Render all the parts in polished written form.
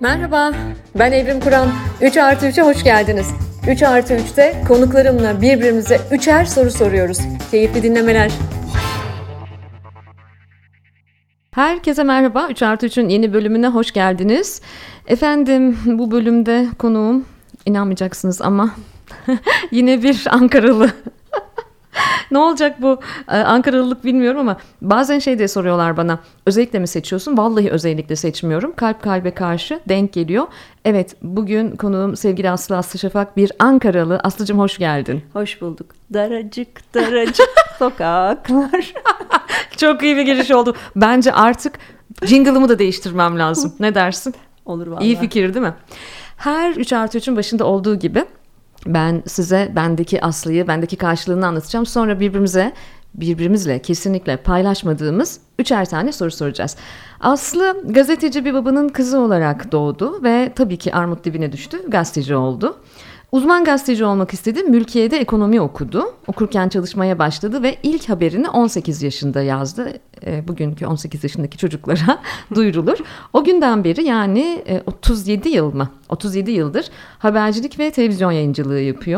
Merhaba, ben Evrim Kur'an. 3+3'e hoş geldiniz. 3+3'te konuklarımla birbirimize üçer soru soruyoruz. Keyifli dinlemeler. Herkese merhaba, 3+3'ün yeni bölümüne hoş geldiniz. Efendim, bu bölümde konuğum, inanmayacaksınız ama yine bir Ankaralı. Ne olacak bu Ankaralılık bilmiyorum ama bazen şey diye soruyorlar bana. Özellikle mi seçiyorsun? Vallahi özellikle seçmiyorum. Kalp kalbe karşı denk geliyor. Evet, bugün konuğum sevgili Aslı Şafak, bir Ankaralı. Aslıcığım hoş geldin. Hoş bulduk. Daracık daracık sokaklar. Çok iyi bir giriş oldu. Bence artık jingle'ımı da değiştirmem lazım. Ne dersin? Olur vallahi. İyi fikir değil mi? Her 3+3'ün başında olduğu gibi ben size bendeki Aslı'yı, bendeki karşılığını anlatacağım. Sonra birbirimizle kesinlikle paylaşmadığımız üçer tane soru soracağız. Aslı gazeteci bir babanın kızı olarak doğdu ve tabii ki armut dibine düştü, gazeteci oldu. Uzman gazeteci olmak istedi, mülkiyede ekonomi okudu. Okurken çalışmaya başladı ve ilk haberini 18 yaşında yazdı. Bugünkü 18 yaşındaki çocuklara duyurulur. O günden beri yani 37 yıl mı? 37 yıldır habercilik ve televizyon yayıncılığı yapıyor.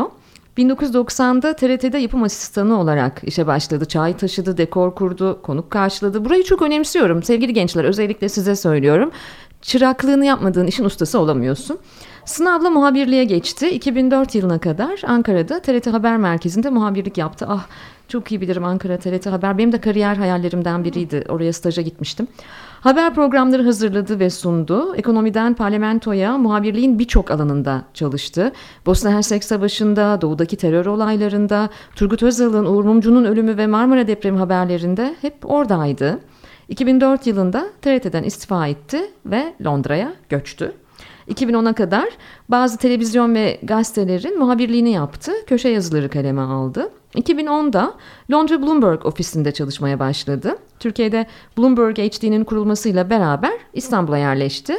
1990'da TRT'de yapım asistanı olarak işe başladı. Çay taşıdı, dekor kurdu, konuk karşıladı. Burayı çok önemsiyorum sevgili gençler, özellikle size söylüyorum. Çıraklığını yapmadığın işin ustası olamıyorsun. Sınavla muhabirliğe geçti. 2004 yılına kadar Ankara'da TRT Haber Merkezi'nde muhabirlik yaptı. Ah, çok iyi bilirim Ankara TRT Haber. Benim de kariyer hayallerimden biriydi. Oraya staja gitmiştim. Haber programları hazırladı ve sundu. Ekonomiden parlamentoya muhabirliğin birçok alanında çalıştı. Bosna Hersek Savaşı'nda, doğudaki terör olaylarında, Turgut Özal'ın, Uğur Mumcu'nun ölümü ve Marmara depremi haberlerinde hep oradaydı. 2004 yılında TRT'den istifa etti ve Londra'ya göçtü. 2010'a kadar bazı televizyon ve gazetelerin muhabirliğini yaptı. Köşe yazıları kaleme aldı. 2010'da Londra Bloomberg ofisinde çalışmaya başladı. Türkiye'de Bloomberg HD'nin kurulmasıyla beraber İstanbul'a yerleşti.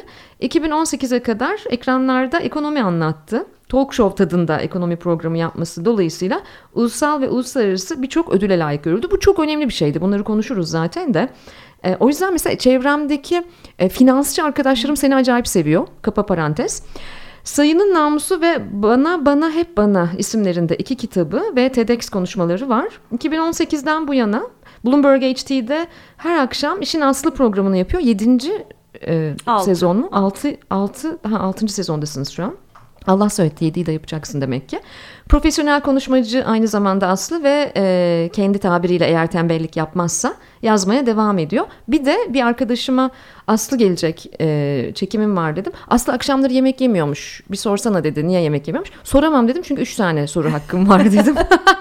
2018'e kadar ekranlarda ekonomi anlattı. Talk show tadında ekonomi programı yapması dolayısıyla ulusal ve uluslararası birçok ödüle layık görüldü. Bu çok önemli bir şeydi. Bunları konuşuruz zaten de. O yüzden mesela çevremdeki finansçı arkadaşlarım seni acayip seviyor. Kapa parantez. Sayının Namusu ve Bana Hep Bana isimlerinde 2 kitabı ve TEDx konuşmaları var. 2018'den bu yana Bloomberg HD'de her akşam İşin Aslı programını yapıyor. 7. sezon mu? 6. sezondasınız şu an. Allah söyletti, 7'yi de yapacaksın demek ki. Profesyonel konuşmacı aynı zamanda Aslı ve kendi tabiriyle eğer tembellik yapmazsa yazmaya devam ediyor. Bir de bir arkadaşıma Aslı gelecek, çekimim var dedim. Aslı akşamları yemek yemiyormuş. Bir sorsana dedi, niye yemek yemiyormuş? Soramam dedim çünkü 3 tane soru hakkım var dedim.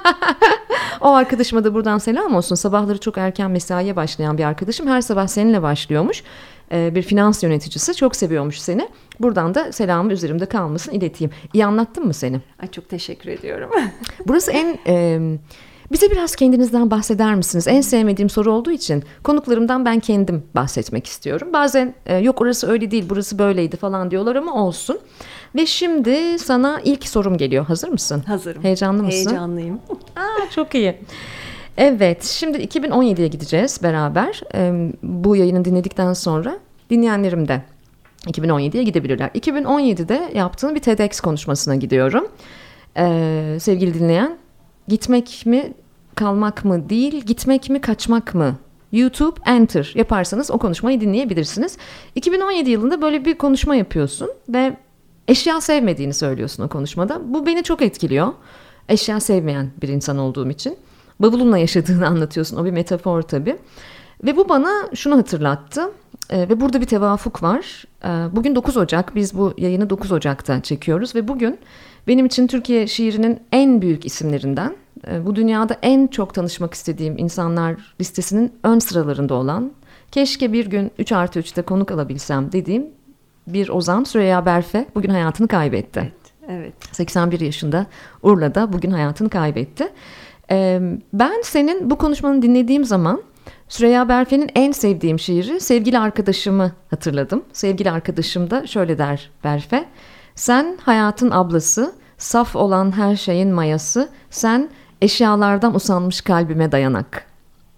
O arkadaşıma da buradan selam olsun. Sabahları çok erken mesaiye başlayan bir arkadaşım. Her sabah seninle başlıyormuş. Bir finans yöneticisi, çok seviyormuş seni. Buradan da selamı üzerimde kalmasın, ileteyim. İyi anlattım mı seni? Ay, çok teşekkür ediyorum. Burası bize biraz kendinizden bahseder misiniz? En sevmediğim soru olduğu için konuklarımdan ben kendim bahsetmek istiyorum. Bazen yok orası öyle değil, burası böyleydi falan diyorlar ama olsun. Ve şimdi sana ilk sorum geliyor. Hazır mısın? Hazırım. Heyecanlı mısın? Heyecanlıyım. Çok iyi. Evet, şimdi 2017'ye gideceğiz beraber. Bu yayını dinledikten sonra dinleyenlerim de 2017'ye gidebilirler. 2017'de yaptığın bir TEDx konuşmasına gidiyorum. Sevgili dinleyen, gitmek mi, kalmak mı değil, gitmek mi, kaçmak mı? YouTube Enter yaparsanız o konuşmayı dinleyebilirsiniz. 2017 yılında böyle bir konuşma yapıyorsun ve eşya sevmediğini söylüyorsun o konuşmada. Bu beni çok etkiliyor. Eşya sevmeyen bir insan olduğum için. Bavulunla yaşadığını anlatıyorsun. O bir metafor tabii. Ve bu bana şunu hatırlattı. Ve burada bir tevafuk var. Bugün 9 Ocak. Biz bu yayını 9 Ocak'ta çekiyoruz. Ve bugün benim için Türkiye şiirinin en büyük isimlerinden, bu dünyada en çok tanışmak istediğim insanlar listesinin ön sıralarında olan, keşke bir gün 3+3'te konuk alabilsem dediğim bir ozan Süreyya Berfe bugün hayatını kaybetti. Evet. 81 yaşında Urla'da bugün hayatını kaybetti. Ben senin bu konuşmanı dinlediğim zaman Süreyya Berfe'nin en sevdiğim şiiri Sevgili Arkadaşımı hatırladım. Sevgili arkadaşım da şöyle der Berfe: sen hayatın ablası, saf olan her şeyin mayası, sen eşyalardan usanmış kalbime dayanak.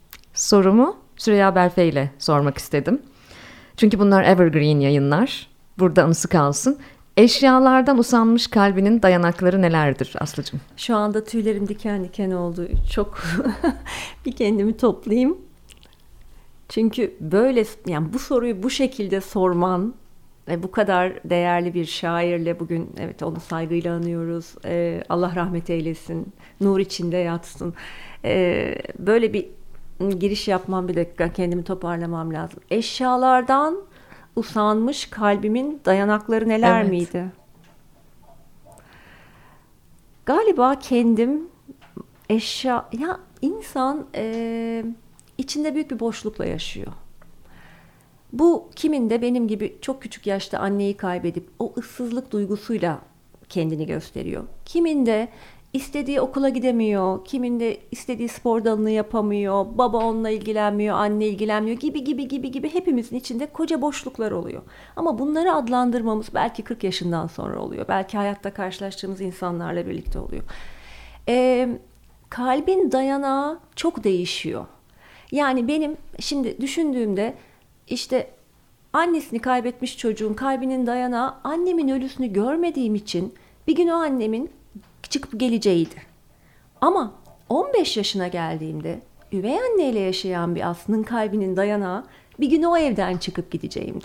Sorumu Süreyya Berfe ile sormak istedim. Çünkü bunlar evergreen yayınlar burada anısı kalsın. Eşyalardan usanmış kalbinin dayanakları nelerdir Aslı'cığım? Şu anda tüylerim diken diken oldu. Çok bir kendimi toplayayım. Çünkü böyle, yani bu soruyu bu şekilde sorman ve bu kadar değerli bir şairle bugün, evet, onu saygıyla anıyoruz. Allah rahmet eylesin, nur içinde yatsın. Böyle bir giriş yapmam, bir dakika kendimi toparlamam lazım. Eşyalardan usanmış kalbimin dayanakları neler Evet. miydi? Galiba kendim, ya insan içinde büyük bir boşlukla yaşıyor. Bu kimin de benim gibi çok küçük yaşta anneyi kaybedip o ıssızlık duygusuyla kendini gösteriyor. Kimin de istediği okula gidemiyor, kimin de istediği spor dalını yapamıyor, baba onunla ilgilenmiyor, anne ilgilenmiyor gibi hepimizin içinde koca boşluklar oluyor. Ama bunları adlandırmamız belki 40 yaşından sonra oluyor. Belki hayatta karşılaştığımız insanlarla birlikte oluyor. Kalbin dayanağı çok değişiyor. Yani benim şimdi düşündüğümde, işte annesini kaybetmiş çocuğun kalbinin dayanağı annemin ölüsünü görmediğim için bir gün o annemin çıkıp geleceğiydi. Ama 15 yaşına geldiğimde üvey anneyle yaşayan bir Aslı'nın kalbinin dayanağı bir gün o evden çıkıp gideceğimdi.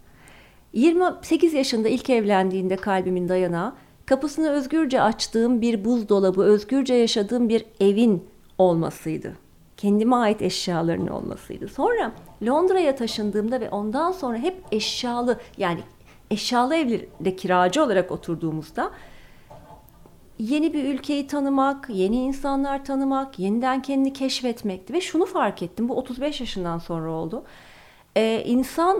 28 yaşında ilk evlendiğinde kalbimin dayanağı kapısını özgürce açtığım bir buzdolabı, özgürce yaşadığım bir evin olmasıydı. Kendime ait eşyaların olmasıydı. Sonra Londra'ya taşındığımda ve ondan sonra hep eşyalı, yani eşyalı evlerde kiracı olarak oturduğumuzda yeni bir ülkeyi tanımak, yeni insanlar tanımak, yeniden kendini keşfetmekti. Ve şunu fark ettim, bu 35 yaşından sonra oldu. İnsan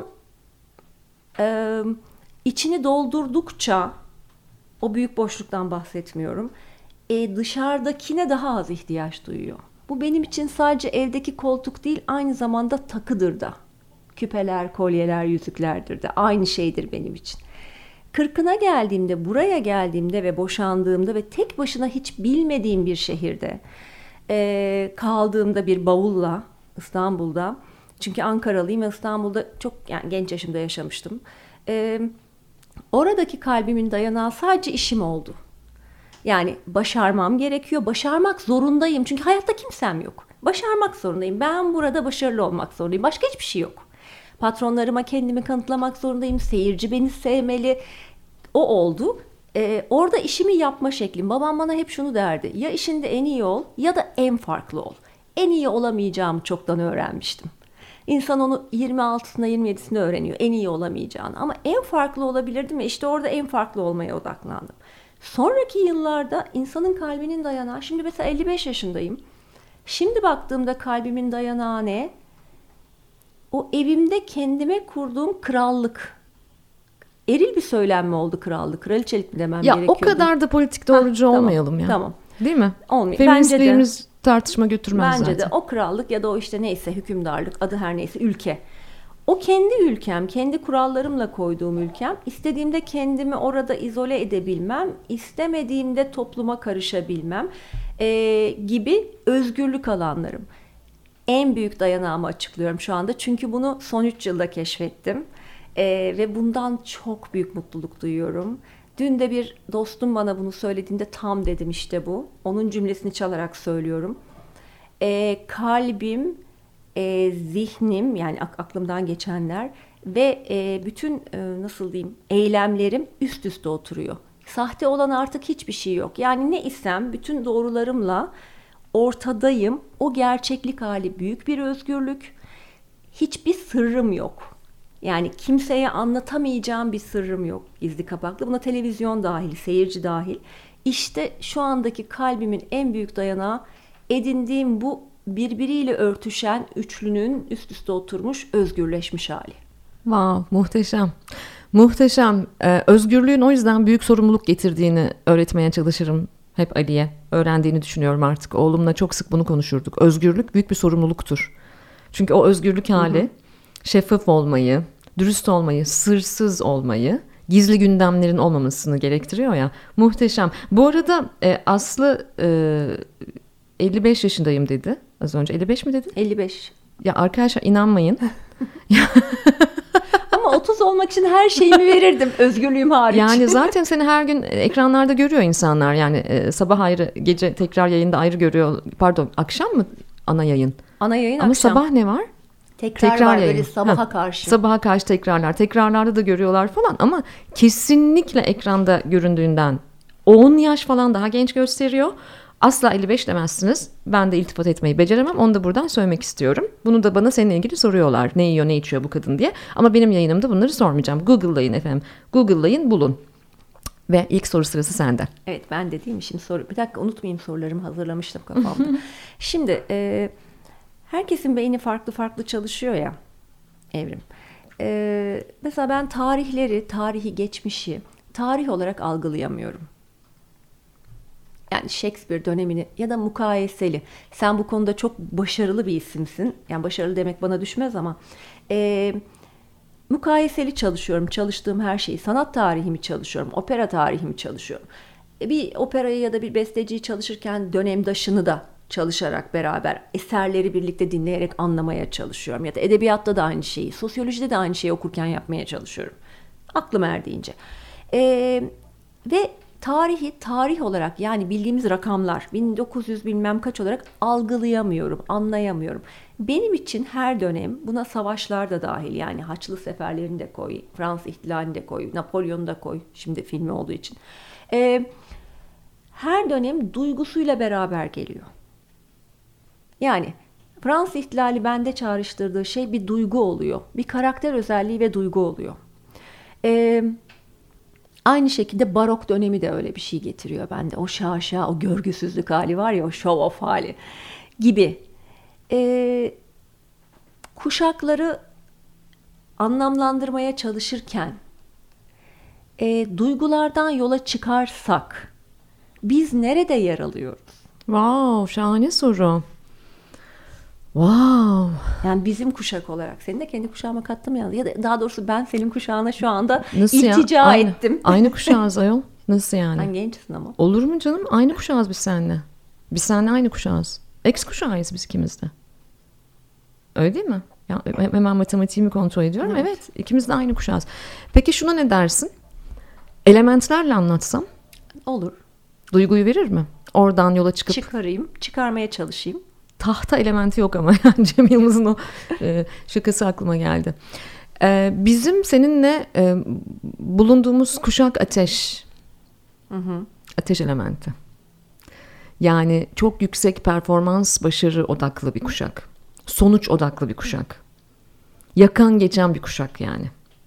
içini doldurdukça, o büyük boşluktan bahsetmiyorum, dışarıdakine daha az ihtiyaç duyuyor. Bu benim için sadece evdeki koltuk değil, aynı zamanda takıdır da. Küpeler, kolyeler, yüzüklerdir de. Aynı şeydir benim için. 40'ına geldiğimde, buraya geldiğimde ve boşandığımda ve tek başına hiç bilmediğim bir şehirde kaldığımda bir bavulla İstanbul'da. Çünkü Ankaralıyım ve İstanbul'da çok, yani genç yaşımda yaşamıştım. Oradaki kalbimin dayanağı sadece işim oldu. Yani başarmam gerekiyor, başarmak zorundayım. Çünkü hayatta kimsem yok. Başarmak zorundayım. Ben burada başarılı olmak zorundayım. Başka hiçbir şey yok. Patronlarıma kendimi kanıtlamak zorundayım. Seyirci beni sevmeli. O oldu. Orada işimi yapma şeklim. Babam bana hep şunu derdi. Ya işinde en iyi ol ya da en farklı ol. En iyi olamayacağımı çoktan öğrenmiştim. İnsan onu 26'sında 27'sinde öğreniyor. En iyi olamayacağını. Ama en farklı olabilirdim ve işte orada en farklı olmaya odaklandım. Sonraki yıllarda insanın kalbinin dayanağı, şimdi mesela 55 yaşındayım. Şimdi baktığımda kalbimin dayanağı ne? O evimde kendime kurduğum krallık. Eril bir söylenme oldu krallık. Kraliçelik mi demem gerekiyordu? Ya o kadar da politik doğrucu olmayalım ya. Tamam. Değil mi? Olmayayım. Feministliğimiz tartışma götürmez bence zaten. de o krallık ya da o işte neyse hükümdarlık, adı her neyse, ülke. O kendi ülkem, kendi kurallarımla koyduğum ülkem. İstediğimde kendimi orada izole edebilmem, istemediğimde topluma karışabilmem gibi özgürlük alanlarım. En büyük dayanağımı açıklıyorum şu anda. Çünkü bunu son 3 yılda keşfettim. Ve bundan çok büyük mutluluk duyuyorum. Dün de bir dostum bana bunu söylediğinde tam dedim, işte bu. Onun cümlesini çalarak söylüyorum. Kalbim, zihnim, yani aklımdan geçenler ve bütün nasıl diyeyim, eylemlerim üst üste oturuyor. Sahte olan artık hiçbir şey yok. Yani ne isem bütün doğrularımla ortadayım. O gerçeklik hali büyük bir özgürlük. Hiçbir sırrım yok. Yani kimseye anlatamayacağım bir sırrım yok, gizli kapaklı. Buna televizyon dahil, seyirci dahil. İşte şu andaki kalbimin en büyük dayanağı edindiğim bu birbiriyle örtüşen üçlünün üst üste oturmuş, özgürleşmiş hali. Wow, muhteşem. Muhteşem. Özgürlüğün o yüzden büyük sorumluluk getirdiğini öğretmeye çalışırım hep Ali'ye. Öğrendiğini düşünüyorum artık. Oğlumla çok sık bunu konuşurduk. Özgürlük büyük bir sorumluluktur. Çünkü o özgürlük hali şeffaf olmayı, dürüst olmayı, sırsız olmayı, gizli gündemlerin olmamasını gerektiriyor ya. Muhteşem. Bu arada Aslı 55 yaşındayım dedi. Az önce 55 mi dedi? 55. Ya arkadaşlar inanmayın. Ama 30 olmak için her şeyimi verirdim, özgürlüğüm hariç. Yani zaten seni her gün ekranlarda görüyor insanlar. Yani sabah ayrı, gece tekrar yayında ayrı görüyor. Pardon, akşam mı ana yayın? Ana yayın Ama akşam. sabah ne var? Tekrar var yayın. böyle sabaha karşı. Sabaha karşı tekrarlar. Tekrarlarda da görüyorlar falan ama kesinlikle ekranda göründüğünden 10 yaş falan daha genç gösteriyor. Asla 55 demezsiniz. Ben de iltifat etmeyi beceremem. Onu da buradan söylemek istiyorum. Bunu da bana seninle ilgili soruyorlar. Ne yiyor, ne içiyor bu kadın diye. Ama benim yayınımda bunları sormayacağım. Google'layın efendim. Google'layın, bulun. Ve ilk soru sırası sende. Evet, ben de değil mi şimdi soru. Bir dakika, unutmayayım, sorularımı hazırlamıştım kafamda. Şimdi herkesin beyni farklı farklı çalışıyor ya Evrim. Mesela ben tarihi geçmişi tarih olarak algılayamıyorum. Yani Shakespeare dönemini ya da mukayeseli. Sen bu konuda çok başarılı bir isimsin. Yani başarılı demek bana düşmez ama mukayeseli çalışıyorum. Çalıştığım her şeyi, sanat tarihimi çalışıyorum, opera tarihimi çalışıyorum. Bir operayı ya da bir besteciyi çalışırken dönemdaşını da çalışarak beraber eserleri birlikte dinleyerek anlamaya çalışıyorum. Ya da edebiyatta da aynı şeyi, sosyolojide de aynı şeyi okurken yapmaya çalışıyorum. Aklım erdiğince. Ve tarihi tarih olarak, yani bildiğimiz rakamlar 1900 bilmem kaç olarak algılayamıyorum, anlayamıyorum. Benim için her dönem, buna savaşlar da dahil, yani Haçlı Seferlerini de koy, Fransız İhtilali'ni de koy, Napolyon'u da koy, şimdi filmi olduğu için. Her dönem duygusuyla beraber geliyor. Yani Fransız İhtilali bende çağrıştırdığı şey bir duygu oluyor. Bir karakter özelliği ve duygu oluyor. Aynı şekilde barok dönemi de öyle bir şey getiriyor bende. O şaşa, o görgüsüzlük hali var ya, o show off hali gibi. Kuşakları anlamlandırmaya çalışırken duygulardan yola çıkarsak biz nerede yer alıyoruz? Wow, şahane soru. Wow. Yani bizim kuşak olarak, seni de kendi kuşağıma kattım ya da daha doğrusu ben senin kuşağına şu anda Nasıl iltica ya? ettim. Aynı kuşağız ayol. Nasıl yani? Sen gençsin ama. Olur mu canım? Aynı kuşağız biz seninle. Biz seninle aynı kuşağız. X kuşağıyız biz ikimiz de. Öyle değil mi? Ya, hemen matematiğimi kontrol ediyorum. Evet, ikimiz de aynı kuşağız. Peki şuna ne dersin? Elementlerle anlatsam? Olur. Duyguyu verir mi? Oradan yola çıkıp. Çıkarmaya çalışayım. Tahta elementi yok ama yani Cem Yılmaz'ın o şakası aklıma geldi. Bizim seninle bulunduğumuz kuşak ateş. Ateş elementi. Yani çok yüksek performans, başarı odaklı bir kuşak. Sonuç odaklı bir kuşak. Yakan geçen bir kuşak yani.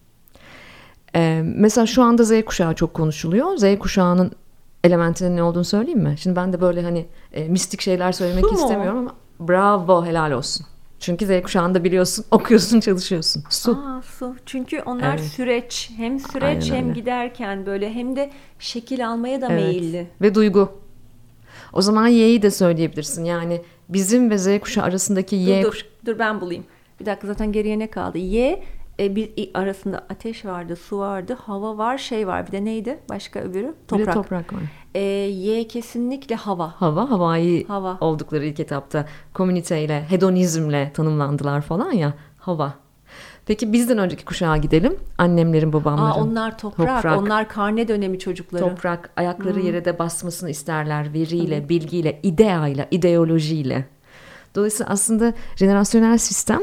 Mesela şu anda Z kuşağı çok konuşuluyor. Z kuşağının elementinin ne olduğunu söyleyeyim mi? Şimdi ben de böyle hani mistik şeyler söylemek istemiyorum ama bravo, helal olsun. Çünkü Z kuşağında biliyorsun, okuyorsun, çalışıyorsun. Su. Su. Çünkü onlar süreç. Hem süreç hem giderken böyle hem de şekil almaya da meyilli. Ve duygu. O zaman Y'yi de söyleyebilirsin. Yani bizim ve Z kuşağı arasındaki Y kuşağı. Dur ben bulayım. Bir dakika, zaten geriye ne kaldı? Y bir arasında ateş vardı, su vardı, hava var, şey var. Bir de neydi? Başka öbürü? Toprak. Bir de toprak var. Y kesinlikle hava. Havai oldukları ilk etapta komüniteyle, hedonizmle tanımlandılar falan ya. Hava. Peki bizden önceki kuşağa gidelim. Annemlerin, babamların. Onlar toprak. Onlar karne dönemi çocukları. Toprak. Ayakları yere de basmasını isterler. Veriyle, bilgiyle, ideayla, ideolojiyle. Dolayısıyla aslında jenerasyonel sistem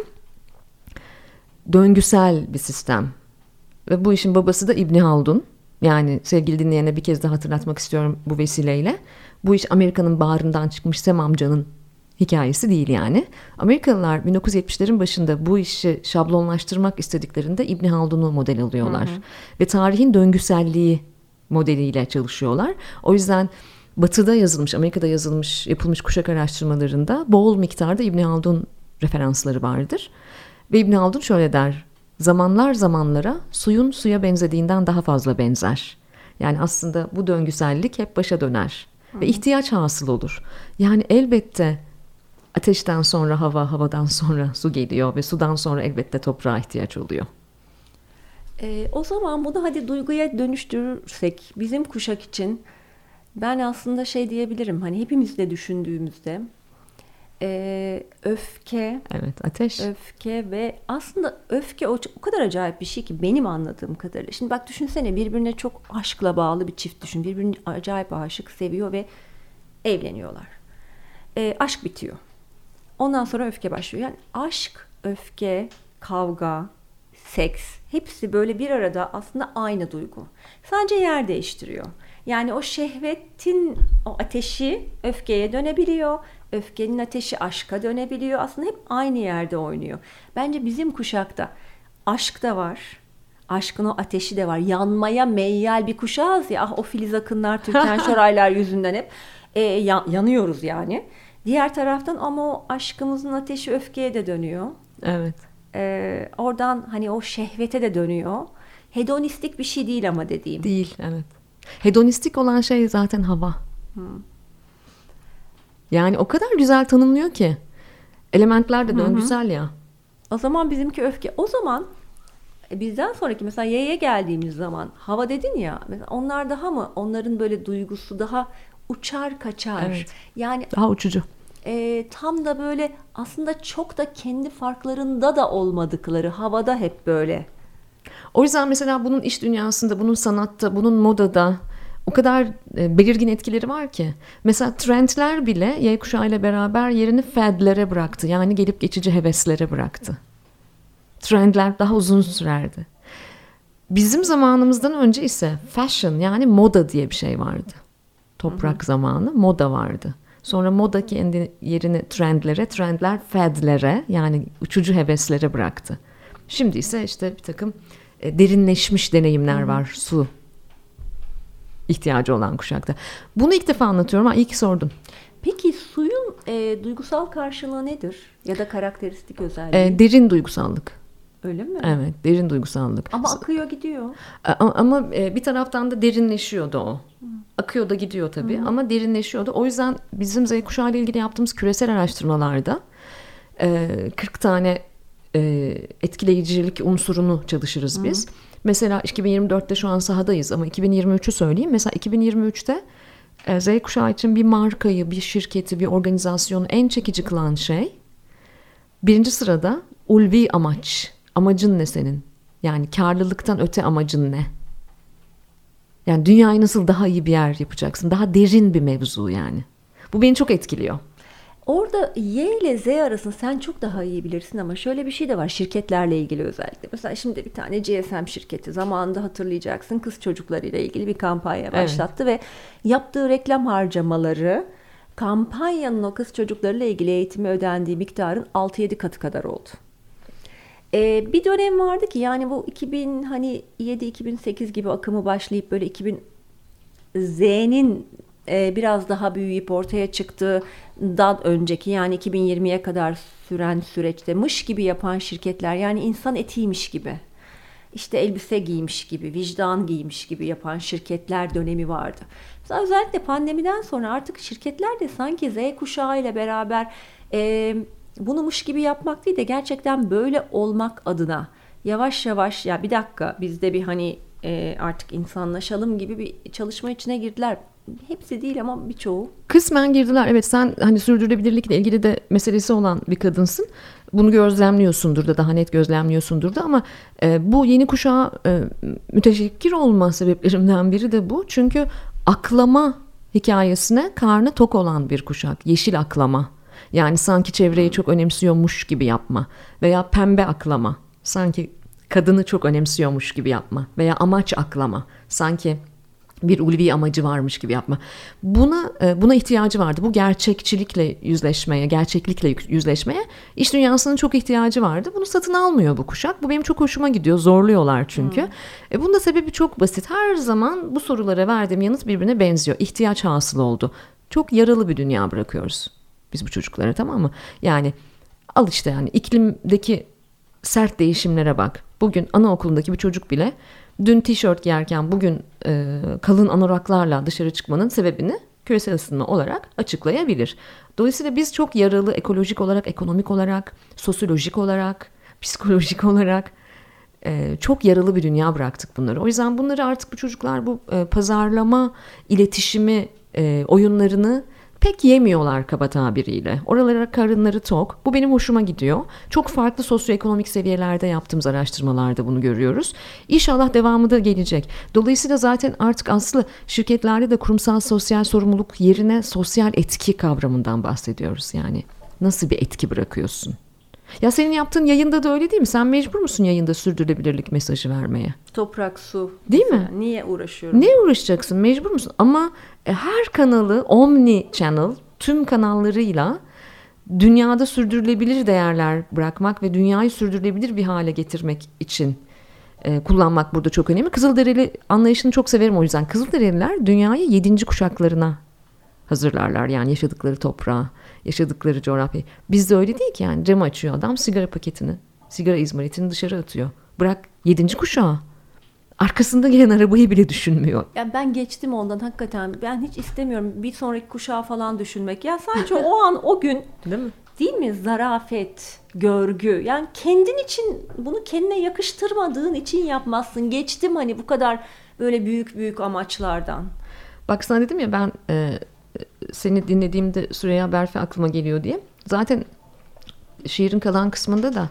döngüsel bir sistem. Ve bu işin babası da İbni Haldun. Yani sevgili dinleyene bir kez daha hatırlatmak istiyorum bu vesileyle. Bu iş Amerika'nın bağrından çıkmış Sem amcanın hikayesi değil yani. Amerikalılar 1970'lerin başında bu işi şablonlaştırmak istediklerinde İbni Haldun'u model alıyorlar. Ve tarihin döngüselliği modeliyle çalışıyorlar. O yüzden Batı'da yazılmış, Amerika'da yazılmış, yapılmış kuşak araştırmalarında bol miktarda İbni Haldun referansları vardır. Ve İbn Haldun şöyle der: zamanlar zamanlara suyun suya benzediğinden daha fazla benzer. Yani aslında bu döngüsellik hep başa döner. Ve ihtiyaç hasıl olur. Yani elbette ateşten sonra hava, havadan sonra su geliyor ve sudan sonra elbette toprağa ihtiyaç oluyor. O zaman bunu hadi duyguya dönüştürürsek bizim kuşak için ben aslında şey diyebilirim, hani hepimiz de düşündüğümüzde öfke. Evet, ateş. Öfke ve aslında öfke o kadar acayip bir şey ki benim anladığım kadarıyla. Şimdi bak düşünsene, birbirine çok aşkla bağlı bir çift düşün. Birbirini acayip aşık, seviyor ve evleniyorlar. Aşk bitiyor. Ondan sonra öfke başlıyor. Yani aşk, öfke, kavga, seks hepsi böyle bir arada aslında aynı duygu. Sadece yer değiştiriyor. Yani o şehvetin o ateşi öfkeye dönebiliyor. Öfkenin ateşi aşka dönebiliyor. Aslında hep aynı yerde oynuyor. Bence bizim kuşakta aşk da var. Aşkın o ateşi de var. Yanmaya meyyal bir kuşağız ya. O Filiz Akınlar, Türkan Şoraylar yüzünden hep yanıyoruz yani. Diğer taraftan ama o aşkımızın ateşi öfkeye de dönüyor. Evet. Oradan hani o şehvete de dönüyor. Hedonistik bir şey değil ama dediğim. Değil, evet. Hedonistik olan şey zaten hava. Yani o kadar güzel tanımlıyor ki. Elementler de döngüsel ya. O zaman bizimki öfke. O zaman bizden sonraki mesela Y'ye geldiğimiz zaman hava dedin ya. Mesela onlar daha mı? Onların böyle duygusu daha uçar kaçar. Evet. Yani Daha uçucu. tam da böyle aslında çok da kendi farklarında da olmadıkları, havada hep böyle. O yüzden mesela bunun iş dünyasında, bunun sanatta, bunun modada o kadar belirgin etkileri var ki. Mesela trendler bile Y kuşağıyla beraber yerini fadlere bıraktı. Yani gelip geçici heveslere bıraktı. Trendler daha uzun sürerdi. Bizim zamanımızdan önce ise fashion, yani moda diye bir şey vardı. Toprak zamanı moda vardı. Sonra moda kendi yerini trendlere, trendler fadlere, yani uçucu heveslere bıraktı. Şimdi ise işte bir takım derinleşmiş deneyimler var su ihtiyacı olan kuşakta. Bunu ilk defa anlatıyorum. İyi ki sordun. Peki suyun duygusal karşılığı nedir? Ya da karakteristik özelliği? Derin duygusallık. Öyle mi? Evet, derin duygusallık. Ama akıyor gidiyor. Ama bir taraftan da derinleşiyordu o. Akıyor da gidiyor tabii ama derinleşiyordu. O yüzden bizim Z kuşağı ile ilgili yaptığımız küresel araştırmalarda 40 tane etkileyicilik unsurunu çalışırız biz. Mesela 2024'te şu an sahadayız ama 2023'ü söyleyeyim. Mesela 2023'te Z kuşağı için bir markayı, bir şirketi, bir organizasyonu en çekici kılan şey, birinci sırada ulvi amaç. Amacın ne senin? Yani karlılıktan öte amacın ne? Yani dünyayı nasıl daha iyi bir yer yapacaksın? Daha derin bir mevzu yani. Bu beni çok etkiliyor. Orada Y ile Z arasında sen çok daha iyi bilirsin ama şöyle bir şey de var şirketlerle ilgili özellikle. Mesela şimdi bir tane GSM şirketi zamanında hatırlayacaksın, kız çocuklarıyla ilgili bir kampanya başlattı ve yaptığı reklam harcamaları kampanyanın o kız çocuklarıyla ilgili eğitime ödendiği miktarın 6-7 katı kadar oldu. Bir dönem vardı ki yani bu 2007-2008 gibi akımı başlayıp böyle 2000 Z'nin biraz daha büyüyüp ortaya çıktığından önceki yani 2020'ye kadar süren süreçte mış gibi yapan şirketler, yani insan etiymiş gibi, işte elbise giymiş gibi, vicdan giymiş gibi yapan şirketler dönemi vardı. Mesela özellikle pandemiden sonra artık şirketler de sanki Z kuşağı ile beraber bunu mış gibi yapmak değil de gerçekten böyle olmak adına yavaş yavaş ya bir dakika biz de bir hani artık insanlaşalım gibi bir çalışma içine girdiler. Hepsi değil ama birçoğu. Kısmen girdiler. Evet, sen hani sürdürülebilirlikle ilgili de meselesi olan bir kadınsın. Bunu gözlemliyorsundur da, daha net gözlemliyorsundur da ama bu yeni kuşağa müteşekkir olma sebeplerimden biri de bu. Çünkü aklama hikayesine karnı tok olan bir kuşak. Yeşil aklama. Yani sanki çevreyi çok önemsiyormuş gibi yapma. Veya pembe aklama. Sanki kadını çok önemsiyormuş gibi yapma. Veya amaç aklama. Sanki bir ulvi amacı varmış gibi yapma. Buna ihtiyacı vardı. Bu gerçekçilikle yüzleşmeye, gerçeklikle yüzleşmeye iş dünyasının çok ihtiyacı vardı. Bunu satın almıyor bu kuşak. Bu benim çok hoşuma gidiyor. Zorluyorlar çünkü. Bunun da sebebi çok basit. Her zaman bu sorulara verdiğim yanıt birbirine benziyor. İhtiyaç hasıl oldu. Çok yaralı bir dünya bırakıyoruz biz bu çocuklara, tamam mı? Yani al işte yani iklimdeki sert değişimlere bak. Bugün anaokulundaki bir çocuk bile dün tişört giyerken bugün kalın anoraklarla dışarı çıkmanın sebebini küresel ısınma olarak açıklayabilir. Dolayısıyla biz çok yaralı, ekolojik olarak, ekonomik olarak, sosyolojik olarak, psikolojik olarak çok yaralı bir dünya bıraktık bunları. O yüzden bunları artık bu çocuklar bu pazarlama, iletişimi oyunlarını pek yemiyorlar kaba tabiriyle. Oralara karınları tok. Bu benim hoşuma gidiyor. Çok farklı sosyoekonomik seviyelerde yaptığımız araştırmalarda bunu görüyoruz. İnşallah devamı da gelecek. Dolayısıyla zaten artık Aslı şirketlerde de kurumsal sosyal sorumluluk yerine sosyal etki kavramından bahsediyoruz. Yani nasıl bir etki bırakıyorsun? Ya senin yaptığın yayında da öyle değil mi? Sen mecbur musun yayında sürdürülebilirlik mesajı vermeye? Toprak, su. Değil mesela. mi? Niye uğraşıyorum? Ne uğraşacaksın? Mecbur musun? Ama her kanalı omni channel tüm kanallarıyla dünyada sürdürülebilir değerler bırakmak ve dünyayı sürdürülebilir bir hale getirmek için kullanmak burada çok önemli. Kızılderili anlayışını çok severim o yüzden. Kızılderililer dünyayı 7. kuşaklarına hazırlarlar. Yani yaşadıkları toprağa, yaşadıkları coğrafyayı. Bizde öyle değil ki yani. Camı açıyor adam, sigara paketini, sigara izmaritini dışarı atıyor. Bırak 7. kuşağı. Arkasında gelen arabayı bile düşünmüyor. Ya ben geçtim ondan hakikaten. Ben hiç istemiyorum bir sonraki kuşağı falan düşünmek. Ya sadece o an, o gün, Değil mi? değil mi? Zarafet, görgü. Yani kendin için, bunu kendine yakıştırmadığın için yapmazsın. Geçtim hani bu kadar böyle büyük büyük amaçlardan. Bak sana dedim ya ben seni dinlediğimde Süreyya Berfi aklıma geliyor diye. Zaten şiirin kalan kısmında da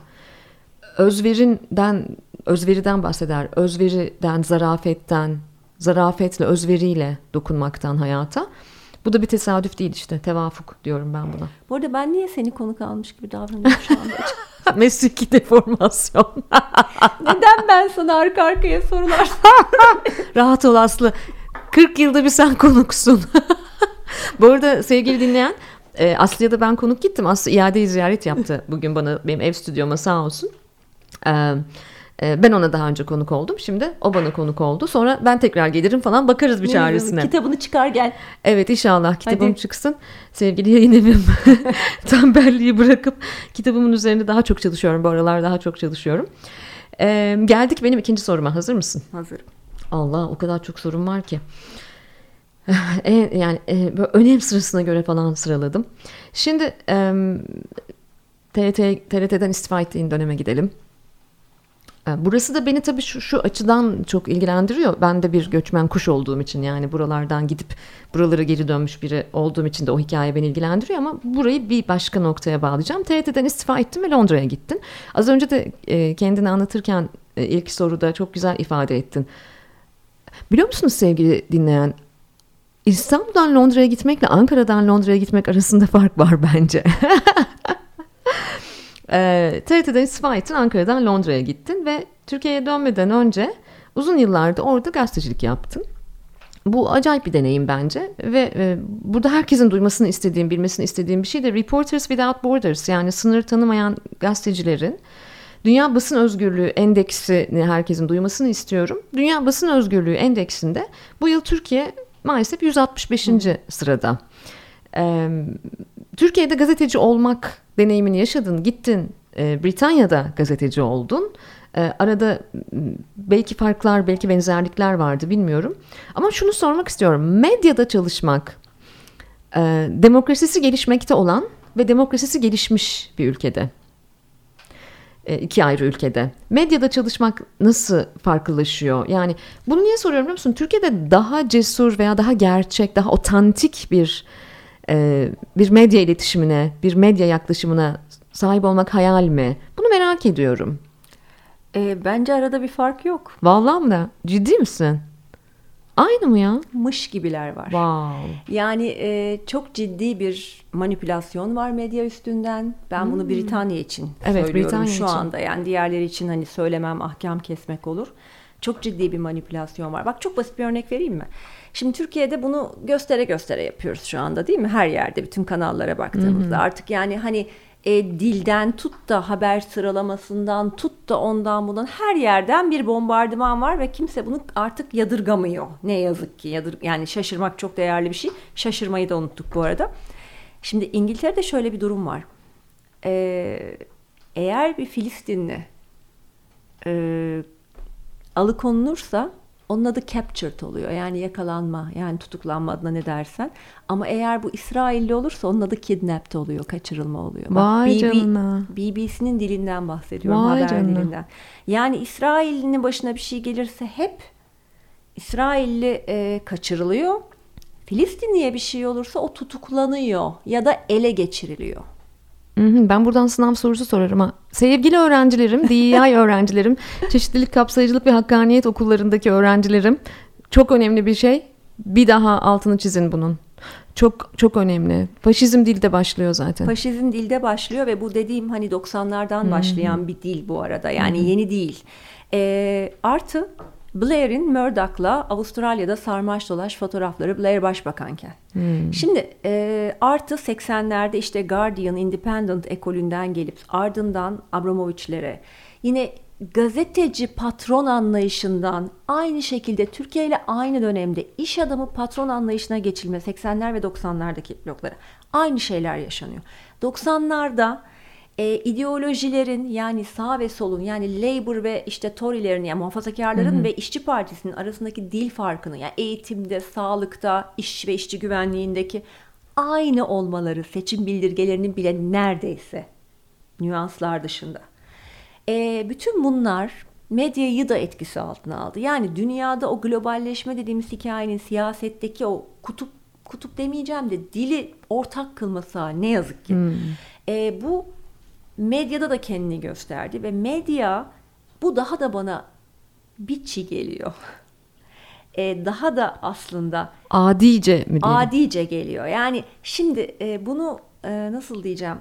özveriden bahseder. Özveriden, zarafetten, zarafetle, özveriyle dokunmaktan hayata. Bu da bir tesadüf değil işte. Tevafuk diyorum ben buna. Bu arada ben niye seni konuk almış gibi davranıyorum şu anda? Mesleki deformasyon. Neden ben sana arka arkaya sorular Rahat ol Aslı. 40 yılda bir sen konuksun. Bu arada sevgili dinleyen, Aslı'ya da ben konuk gittim. Aslı iade-i ziyaret yaptı bugün bana, benim ev stüdyoma sağ olsun. Ben ona daha önce konuk oldum. Şimdi o bana konuk oldu. Sonra ben tekrar gelirim falan, bakarız bir çaresine. Kitabını çıkar gel. Evet inşallah kitabım Hadi. çıksın. Sevgili yayın evim, tembelliği bırakıp kitabımın üzerinde daha çok çalışıyorum. Bu aralar daha çok çalışıyorum. Geldik benim ikinci soruma. Hazır mısın? Hazırım. Allah, o kadar çok sorum var ki. Yani böyle önem sırasına göre falan sıraladım. Şimdi TRT'den istifa ettiğin döneme gidelim. Burası da beni tabii şu açıdan çok ilgilendiriyor. Ben de bir göçmen kuş olduğum için, yani buralardan gidip buralara geri dönmüş biri olduğum için de o hikaye beni ilgilendiriyor, ama burayı bir başka noktaya bağlayacağım. TRT'den istifa ettim ve Londra'ya gittin. Az önce de kendini anlatırken ilk soruda çok güzel ifade ettin. Biliyor musunuz sevgili dinleyen? İstanbul'dan Londra'ya gitmekle Ankara'dan Londra'ya gitmek arasında fark var bence. TRT'den istifa ettin, Ankara'dan Londra'ya gittin ve Türkiye'ye dönmeden önce uzun yıllarda orada gazetecilik yaptın. Bu acayip bir deneyim bence ve burada herkesin duymasını istediğim, bilmesini istediğim bir şey de Reporters Without Borders, yani sınır tanımayan gazetecilerin Dünya Basın Özgürlüğü Endeksini herkesin duymasını istiyorum. Dünya Basın Özgürlüğü Endeksinde bu yıl Türkiye maalesef 165. sırada. Türkiye'de gazeteci olmak deneyimini yaşadın, gittin, Britanya'da gazeteci oldun. Arada belki farklar, belki benzerlikler vardı, bilmiyorum. Ama şunu sormak istiyorum. Medyada çalışmak, demokrasisi gelişmekte olan ve demokrasisi gelişmiş bir ülkede, iki ayrı ülkede medyada çalışmak nasıl farklılaşıyor? Yani bunu niye soruyorum biliyor musun? Türkiye'de daha cesur veya daha gerçek, daha otantik bir medya iletişimine, bir medya yaklaşımına sahip olmak hayal mi? Bunu merak ediyorum. Bence arada bir fark yok. Vallahi mi? Ciddi misin? Aynı mı ya? Mış gibiler var. Wow. Yani çok ciddi bir manipülasyon var medya üstünden. Ben bunu Britanya için söylüyorum Britanya şu için. anda. Yani diğerleri için hani söylemem, ahkam kesmek olur. Çok ciddi bir manipülasyon var. Bak çok basit bir örnek vereyim mi? Şimdi Türkiye'de bunu göstere göstere yapıyoruz şu anda, değil mi? Her yerde, bütün kanallara baktığımızda artık yani hani dilden tut da haber sıralamasından tut da ondan bundan her yerden bir bombardıman var ve kimse bunu artık yadırgamıyor. Ne yazık ki yani şaşırmak çok değerli bir şey. Şaşırmayı da unuttuk bu arada. Şimdi İngiltere'de şöyle bir durum var. Eğer bir Filistinli alıkonulursa onun adı captured oluyor. Yani yakalanma, yani tutuklanma adına ne dersen. Ama eğer bu İsrailli olursa onun adı kidnapped oluyor, kaçırılma oluyor. Vay canına. BBC'nin dilinden bahsediyorum, Vay haber canına. dilinden. Yani İsrail'in başına bir şey gelirse hep İsrailli kaçırılıyor. Filistinliye bir şey olursa o tutuklanıyor ya da ele geçiriliyor. Ben buradan sınav sorusu sorarım ha. Sevgili öğrencilerim, DEI öğrencilerim, çeşitlilik, kapsayıcılık ve hakkaniyet okullarındaki öğrencilerim, çok önemli bir şey. Bir daha altını çizin bunun. Çok çok önemli. Faşizm dilde başlıyor zaten. Faşizm dilde başlıyor ve bu dediğim hani 90'lardan başlayan bir dil bu arada. Yani yeni değil. Artı Blair'in Murdoch'la Avustralya'da sarmaş dolaş fotoğrafları, Blair başbakanken. Şimdi artı 80'lerde işte Guardian, Independent ekolünden gelip ardından Abramovich'lere, yine gazeteci patron anlayışından aynı şekilde Türkiye ile aynı dönemde iş adamı patron anlayışına geçilme 80'ler ve 90'lardaki bloklara aynı şeyler yaşanıyor. 90'larda ideolojilerin, yani sağ ve solun, yani Labour ve işte Tory'lerin, yani muhafazakarların ve İşçi Partisi'nin arasındaki dil farkını, yani eğitimde, sağlıkta, iş ve işçi güvenliğindeki aynı olmaları, seçim bildirgelerinin bile neredeyse nüanslar dışında. Bütün bunlar medyayı da etkisi altına aldı. Yani dünyada o globalleşme dediğimiz hikayenin siyasetteki o kutup demeyeceğim de dili ortak kılması ne yazık ki. Bu medyada da kendini gösterdi ve medya, bu daha da bana bitchy geliyor. Daha da aslında Adice mi diyelim? Adice geliyor. Yani şimdi bunu nasıl diyeceğim?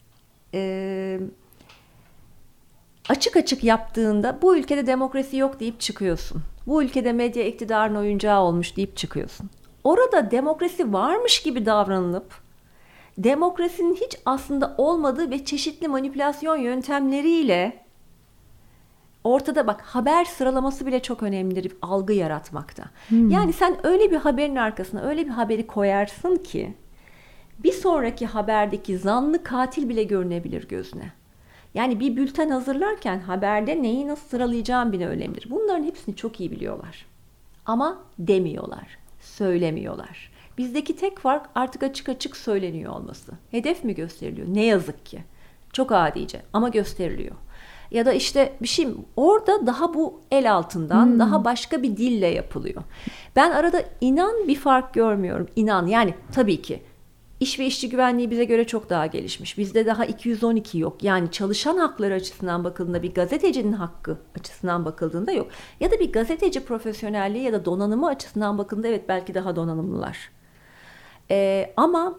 Açık açık yaptığında bu ülkede demokrasi yok deyip çıkıyorsun. Bu ülkede medya iktidarın oyuncağı olmuş deyip çıkıyorsun. Orada demokrasi varmış gibi davranılıp demokrasinin hiç aslında olmadığı ve çeşitli manipülasyon yöntemleriyle ortada, bak, haber sıralaması bile çok önemlidir algı yaratmakta. Yani sen öyle bir haberin arkasına öyle bir haberi koyarsın ki bir sonraki haberdeki zanlı katil bile görünebilir gözüne. Yani bir bülten hazırlarken haberde neyi nasıl sıralayacağım bile önemlidir. Bunların hepsini çok iyi biliyorlar. Ama demiyorlar, söylemiyorlar. Bizdeki tek fark artık açık açık söyleniyor olması. Hedef mi gösteriliyor? Ne yazık ki. Çok adice ama gösteriliyor. Ya da işte bir şey orada daha bu el altından daha başka bir dille yapılıyor. Ben arada inan bir fark görmüyorum. İnan, yani tabii ki İş ve işçi güvenliği bize göre çok daha gelişmiş. Bizde daha 212 yok. Yani çalışan hakları açısından bakıldığında, bir gazetecinin hakkı açısından bakıldığında yok. Ya da bir gazeteci profesyonelliği ya da donanımı açısından bakıldığında evet belki daha donanımlılar. Ama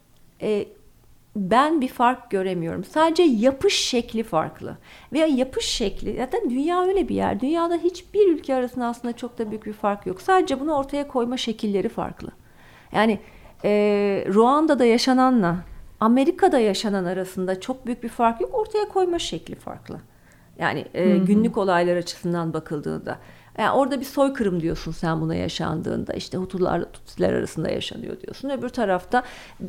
ben bir fark göremiyorum. Sadece yapış şekli farklı. Veya yapış şekli, zaten dünya öyle bir yer. Dünyada hiçbir ülke arasında aslında çok da büyük bir fark yok. Sadece bunu ortaya koyma şekilleri farklı. Yani Ruanda'da yaşananla Amerika'da yaşanan arasında çok büyük bir fark yok. Ortaya koyma şekli farklı. Yani günlük olaylar açısından bakıldığında. Yani orada bir soykırım diyorsun sen buna yaşandığında. İşte Hutularla Tutsiler arasında yaşanıyor diyorsun. Öbür tarafta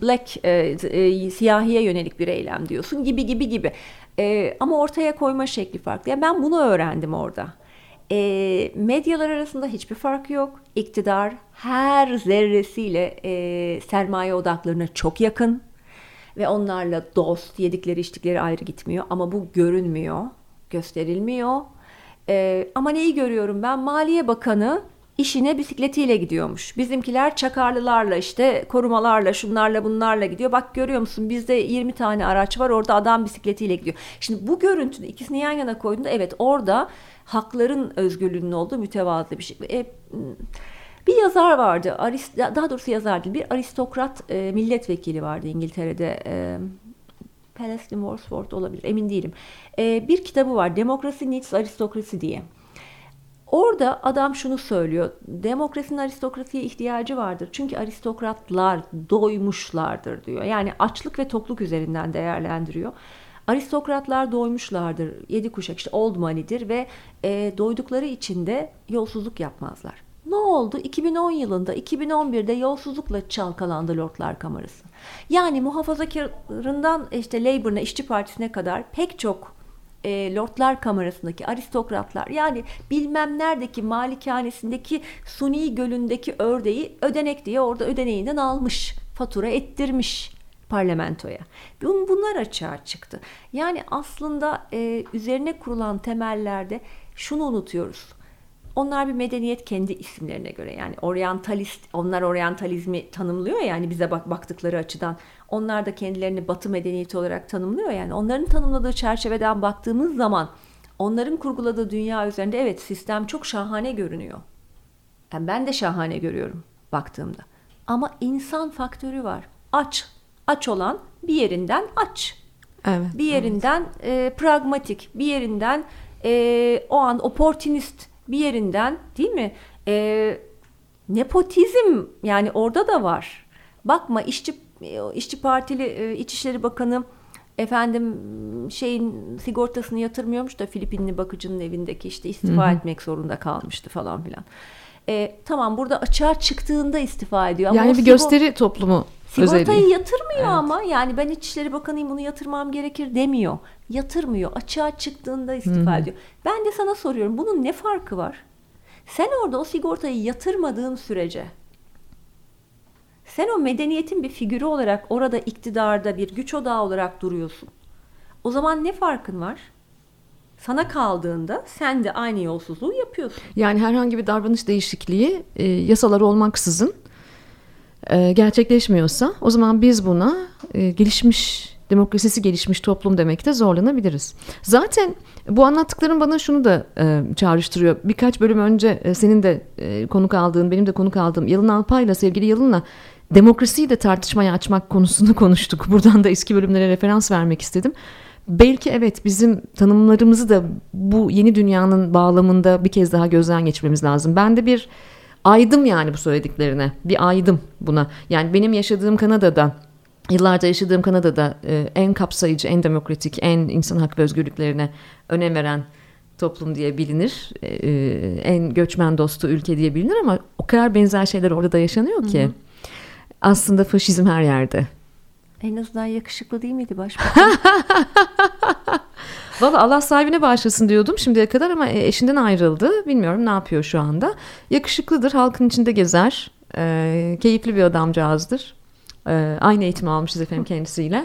siyahiye yönelik bir eylem diyorsun gibi. Ama ortaya koyma şekli farklı. Yani ben bunu öğrendim orada. Medyalar arasında hiçbir fark yok. İktidar her zerresiyle sermaye odaklarına çok yakın ve onlarla dost, yedikleri içtikleri ayrı gitmiyor ama bu görünmüyor, gösterilmiyor. Ama neyi görüyorum ben? Maliye Bakanı işine bisikletiyle gidiyormuş. Bizimkiler çakarlılarla, işte korumalarla, şunlarla bunlarla gidiyor. Bak görüyor musun, bizde 20 tane araç var, orada adam bisikletiyle gidiyor. Şimdi bu görüntünü ikisini yan yana koyduğunda evet orada hakların özgürlüğünün olduğu mütevazı bir şey. Bir yazar vardı, daha doğrusu yazar değil, bir aristokrat milletvekili vardı İngiltere'de. Palestine Wordsworth olabilir, emin değilim. Bir kitabı var, Democracy Needs Aristocracy diye. Orada adam şunu söylüyor: demokrasinin aristokrasiye ihtiyacı vardır. Çünkü aristokratlar doymuşlardır diyor. Yani açlık ve tokluk üzerinden değerlendiriyor. Aristokratlar doymuşlardır. 7 kuşak işte old money'dir ve doydukları için de yolsuzluk yapmazlar. Ne oldu? 2010 yılında, 2011'de yolsuzlukla çalkalandı Lordlar Kamerası. Yani muhafazakarından işte Labour'ına, İşçi Partisi'ne kadar pek çok Lordlar Kamerası'ndaki aristokratlar, yani bilmem neredeki malikanesindeki Suni Gölü'ndeki ördeği ödenek diye orada ödeneğinden almış, fatura ettirmiş parlamentoya. Bunlar açığa çıktı. Yani aslında üzerine kurulan temellerde şunu unutuyoruz: Onlar bir medeniyet kendi isimlerine göre. Yani oryantalist, onlar oryantalizmi tanımlıyor yani bize baktıkları açıdan. Onlar da kendilerini Batı medeniyeti olarak tanımlıyor yani. Onların tanımladığı çerçeveden baktığımız zaman onların kurguladığı dünya üzerinde evet sistem çok şahane görünüyor. Yani ben de şahane görüyorum baktığımda. Ama insan faktörü var. Aç olan bir yerinden aç. Evet, bir yerinden pragmatik, bir yerinden o an oportunist, bir yerinden değil mi? Nepotizm yani orada da var. Bakma işçi Partili İçişleri Bakanı efendim şeyin sigortasını yatırmıyormuş da Filipinli bakıcının evindeki işte istifa etmek zorunda kalmıştı falan filan. Tamam burada açığa çıktığında istifa ediyor. Ama yani bir gösteri toplumu sigortayı özelliği. yatırmıyor ama yani ben İçişleri Bakanıyım bunu yatırmam gerekir demiyor. Yatırmıyor. Açığa çıktığında istifa ediyor. Ben de sana soruyorum bunun ne farkı var? Sen orada o sigortayı yatırmadığın sürece sen o medeniyetin bir figürü olarak orada iktidarda bir güç odağı olarak duruyorsun. O zaman ne farkın var? Sana kaldığında sen de aynı yolsuzluğu yapıyorsun. Yani herhangi bir davranış değişikliği yasaları olmaksızın gerçekleşmiyorsa o zaman biz buna demokrasisi gelişmiş toplum demekte zorlanabiliriz. Zaten bu anlattıklarım bana şunu da çağrıştırıyor. Birkaç bölüm önce senin de konuk aldığın, benim de konuk aldığım Yalın Alpay'la, sevgili Yalın'la demokrasiyi de tartışmaya açmak konusunu konuştuk. Buradan da eski bölümlere referans vermek istedim. Belki evet bizim tanımlarımızı da bu yeni dünyanın bağlamında bir kez daha gözden geçirmemiz lazım. Ben de bir aydım yani bu söylediklerine. Bir aydım buna. Yani benim yaşadığım Kanada'da, yıllarca yaşadığım Kanada'da en kapsayıcı, en demokratik, en insan hak ve özgürlüklerine önem veren toplum diye bilinir. En göçmen dostu ülke diye bilinir ama o kadar benzer şeyler orada da yaşanıyor ki. Hı-hı. Aslında faşizm her yerde. En azından yakışıklı değil miydi başbakan? Valla Allah sahibine bağışlasın diyordum şimdiye kadar ama eşinden ayrıldı. Bilmiyorum ne yapıyor şu anda. Yakışıklıdır, halkın içinde gezer. Keyifli bir adamcağızdır. Aynı eğitimi almışız efendim kendisiyle.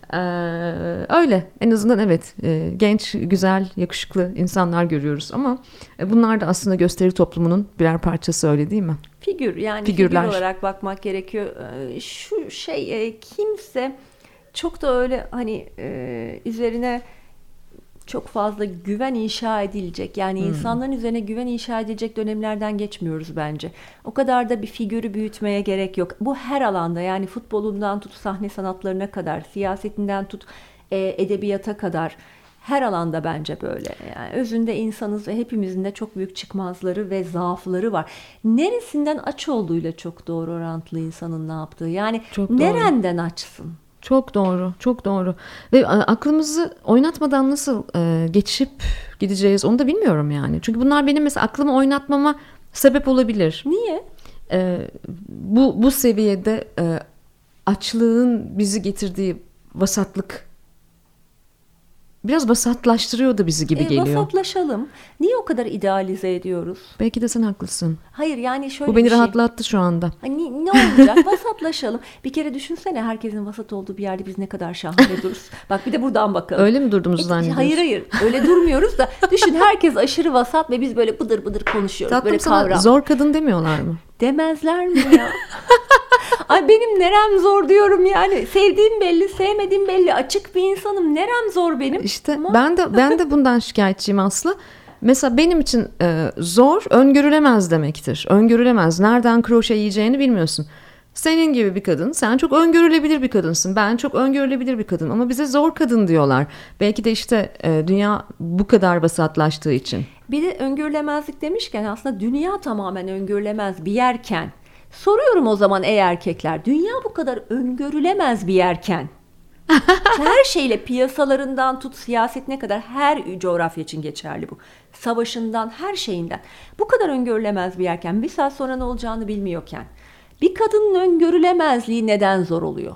Öyle en azından evet genç, güzel, yakışıklı insanlar görüyoruz ama bunlar da aslında gösteri toplumunun birer parçası öyle değil mi? Figür yani figürler. Figür olarak bakmak gerekiyor. Şu kimse çok da öyle hani üzerine çok fazla güven inşa edilecek yani insanların üzerine güven inşa edilecek dönemlerden geçmiyoruz bence. O kadar da bir figürü büyütmeye gerek yok. Bu her alanda yani futbolundan tut sahne sanatlarına kadar, siyasetinden tut edebiyata kadar her alanda bence böyle. Yani özünde insanız ve hepimizin de çok büyük çıkmazları ve zaafları var. Neresinden aç olduğuyla çok doğru orantılı insanın ne yaptığı. Yani çok nereden açsın? Çok doğru, çok doğru. Ve aklımızı oynatmadan nasıl geçip gideceğiz onu da bilmiyorum yani. Çünkü bunlar benim mesela aklımı oynatmama sebep olabilir. Niye? Bu seviyede açlığın bizi getirdiği vasatlık biraz vasatlaştırıyor da bizi gibi geliyor. Vasatlaşalım. Niye o kadar idealize ediyoruz? Belki de sen haklısın. Hayır yani şöyle bu beni rahatlattı şu anda. Ne olacak? Vasatlaşalım. Bir kere düşünsene herkesin vasat olduğu bir yerde biz ne kadar şahane dururuz. Bak bir de buradan bakalım. Öyle mi durduğumuzu zannediyorsun? Hayır. Öyle durmuyoruz da. Düşün herkes aşırı vasat ve biz böyle bıdır bıdır konuşuyoruz. Tatlım böyle sana zor kadın demiyorlar mı? Demezler mi ya? Ay benim nerem zor diyorum yani. Sevdiğim belli, sevmediğim belli. Açık bir insanım. Nerem zor benim? İşte ama... ben de bundan şikayetçiyim Aslı. Mesela benim için zor öngörülemez demektir. Öngörülemez. Nereden kroşe yiyeceğini bilmiyorsun. Senin gibi bir kadın, sen çok öngörülebilir bir kadınsın. Ben çok öngörülebilir bir kadın ama bize zor kadın diyorlar. Belki de işte dünya bu kadar vasatlaştığı için. Bir de öngörülemezlik demişken aslında dünya tamamen öngörülemez bir yerken soruyorum o zaman erkekler dünya bu kadar öngörülemez bir yerken her şeyle piyasalarından tut siyasetine kadar her coğrafya için geçerli bu. Savaşından her şeyinden bu kadar öngörülemez bir yerken bir saat sonra ne olacağını bilmiyorken bir kadının öngörülemezliği neden zor oluyor?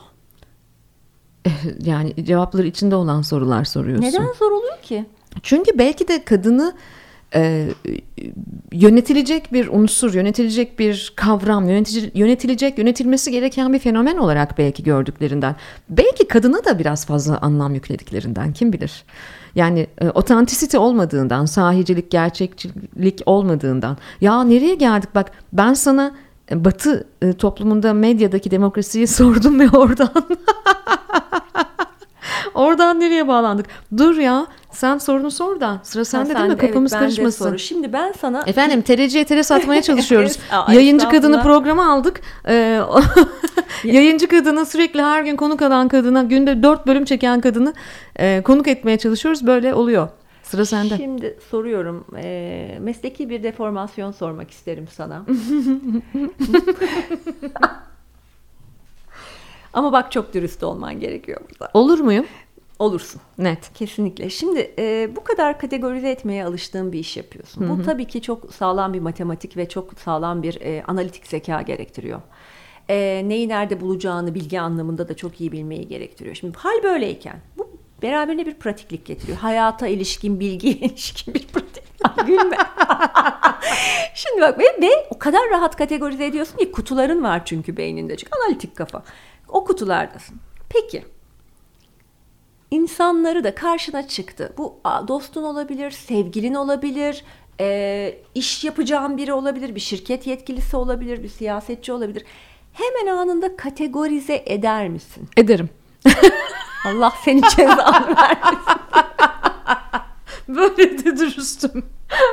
Yani cevapları içinde olan sorular soruyorsun. Neden zor oluyor ki? Çünkü belki de kadını yönetilecek bir unsur, yönetilecek bir kavram, yönetilmesi gereken bir fenomen olarak belki gördüklerinden, belki kadına da biraz fazla anlam yüklediklerinden, kim bilir. Yani otantisite olmadığından, sahicilik, gerçekçilik olmadığından. Ya nereye geldik bak, ben sana Batı toplumunda medyadaki demokrasiyi sordum ve oradan nereye bağlandık? Dur ya, sen sorunu sor da sıra sende değil mi? Kafamız karışmasın. Şimdi ben sana... Efendim tereciye tere satmaya çalışıyoruz. Evet, Yayıncı kadını programa aldık. Yayıncı kadını, sürekli her gün konuk alan kadına, günde 4 bölüm çeken kadını konuk etmeye çalışıyoruz. Böyle oluyor. Sıra sende. Şimdi soruyorum. Mesleki bir deformasyon sormak isterim sana. Ama bak, çok dürüst olman gerekiyor burada. Olur muyum? Olursun. Net. Kesinlikle. Şimdi bu kadar kategorize etmeye alıştığın bir iş yapıyorsun. Bu tabii ki çok sağlam bir matematik ve çok sağlam bir analitik zeka gerektiriyor. Neyi nerede bulacağını bilgi anlamında da çok iyi bilmeyi gerektiriyor. Şimdi hal böyleyken bu beraberine bir pratiklik getiriyor. Hayata ilişkin, bilgiye ilişkin bir pratik. Gülme. Şimdi bak, ve o kadar rahat kategorize ediyorsun ki, kutuların var çünkü beyninde. Çünkü analitik kafa. O kutulardasın. Peki. İnsanları da karşına çıktı. Bu dostun olabilir, sevgilin olabilir, iş yapacağın biri olabilir, bir şirket yetkilisi olabilir, bir siyasetçi olabilir. Hemen anında kategorize eder misin? Ederim. Allah seni cezanı vermesin. Böyle de dürüstüm.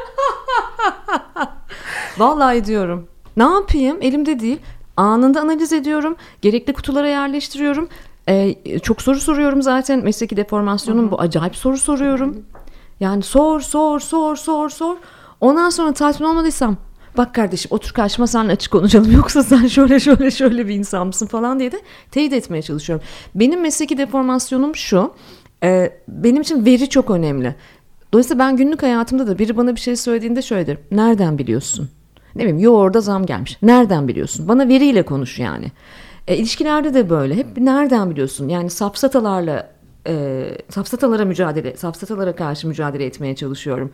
Vallahi diyorum. Ne yapayım? Elimde değil. Anında analiz ediyorum. Gerekli kutulara yerleştiriyorum. Çok soru soruyorum zaten. Mesleki deformasyonum bu. Acayip soru soruyorum. Yani sor. Ondan sonra tatmin olmadıysam, bak kardeşim otur karşıma, seninle açık konuşalım. Yoksa sen şöyle bir insan mısın falan diye de teyit etmeye çalışıyorum. Benim mesleki deformasyonum şu. Benim için veri çok önemli. Dolayısıyla ben günlük hayatımda da biri bana bir şey söylediğinde şöyle derim. Nereden biliyorsun? Ne bileyim, yoğurda zam gelmiş. Nereden biliyorsun? Bana veriyle konuş yani. İlişkilerde de böyle. Hep nereden biliyorsun? Yani safsatalara karşı mücadele etmeye çalışıyorum.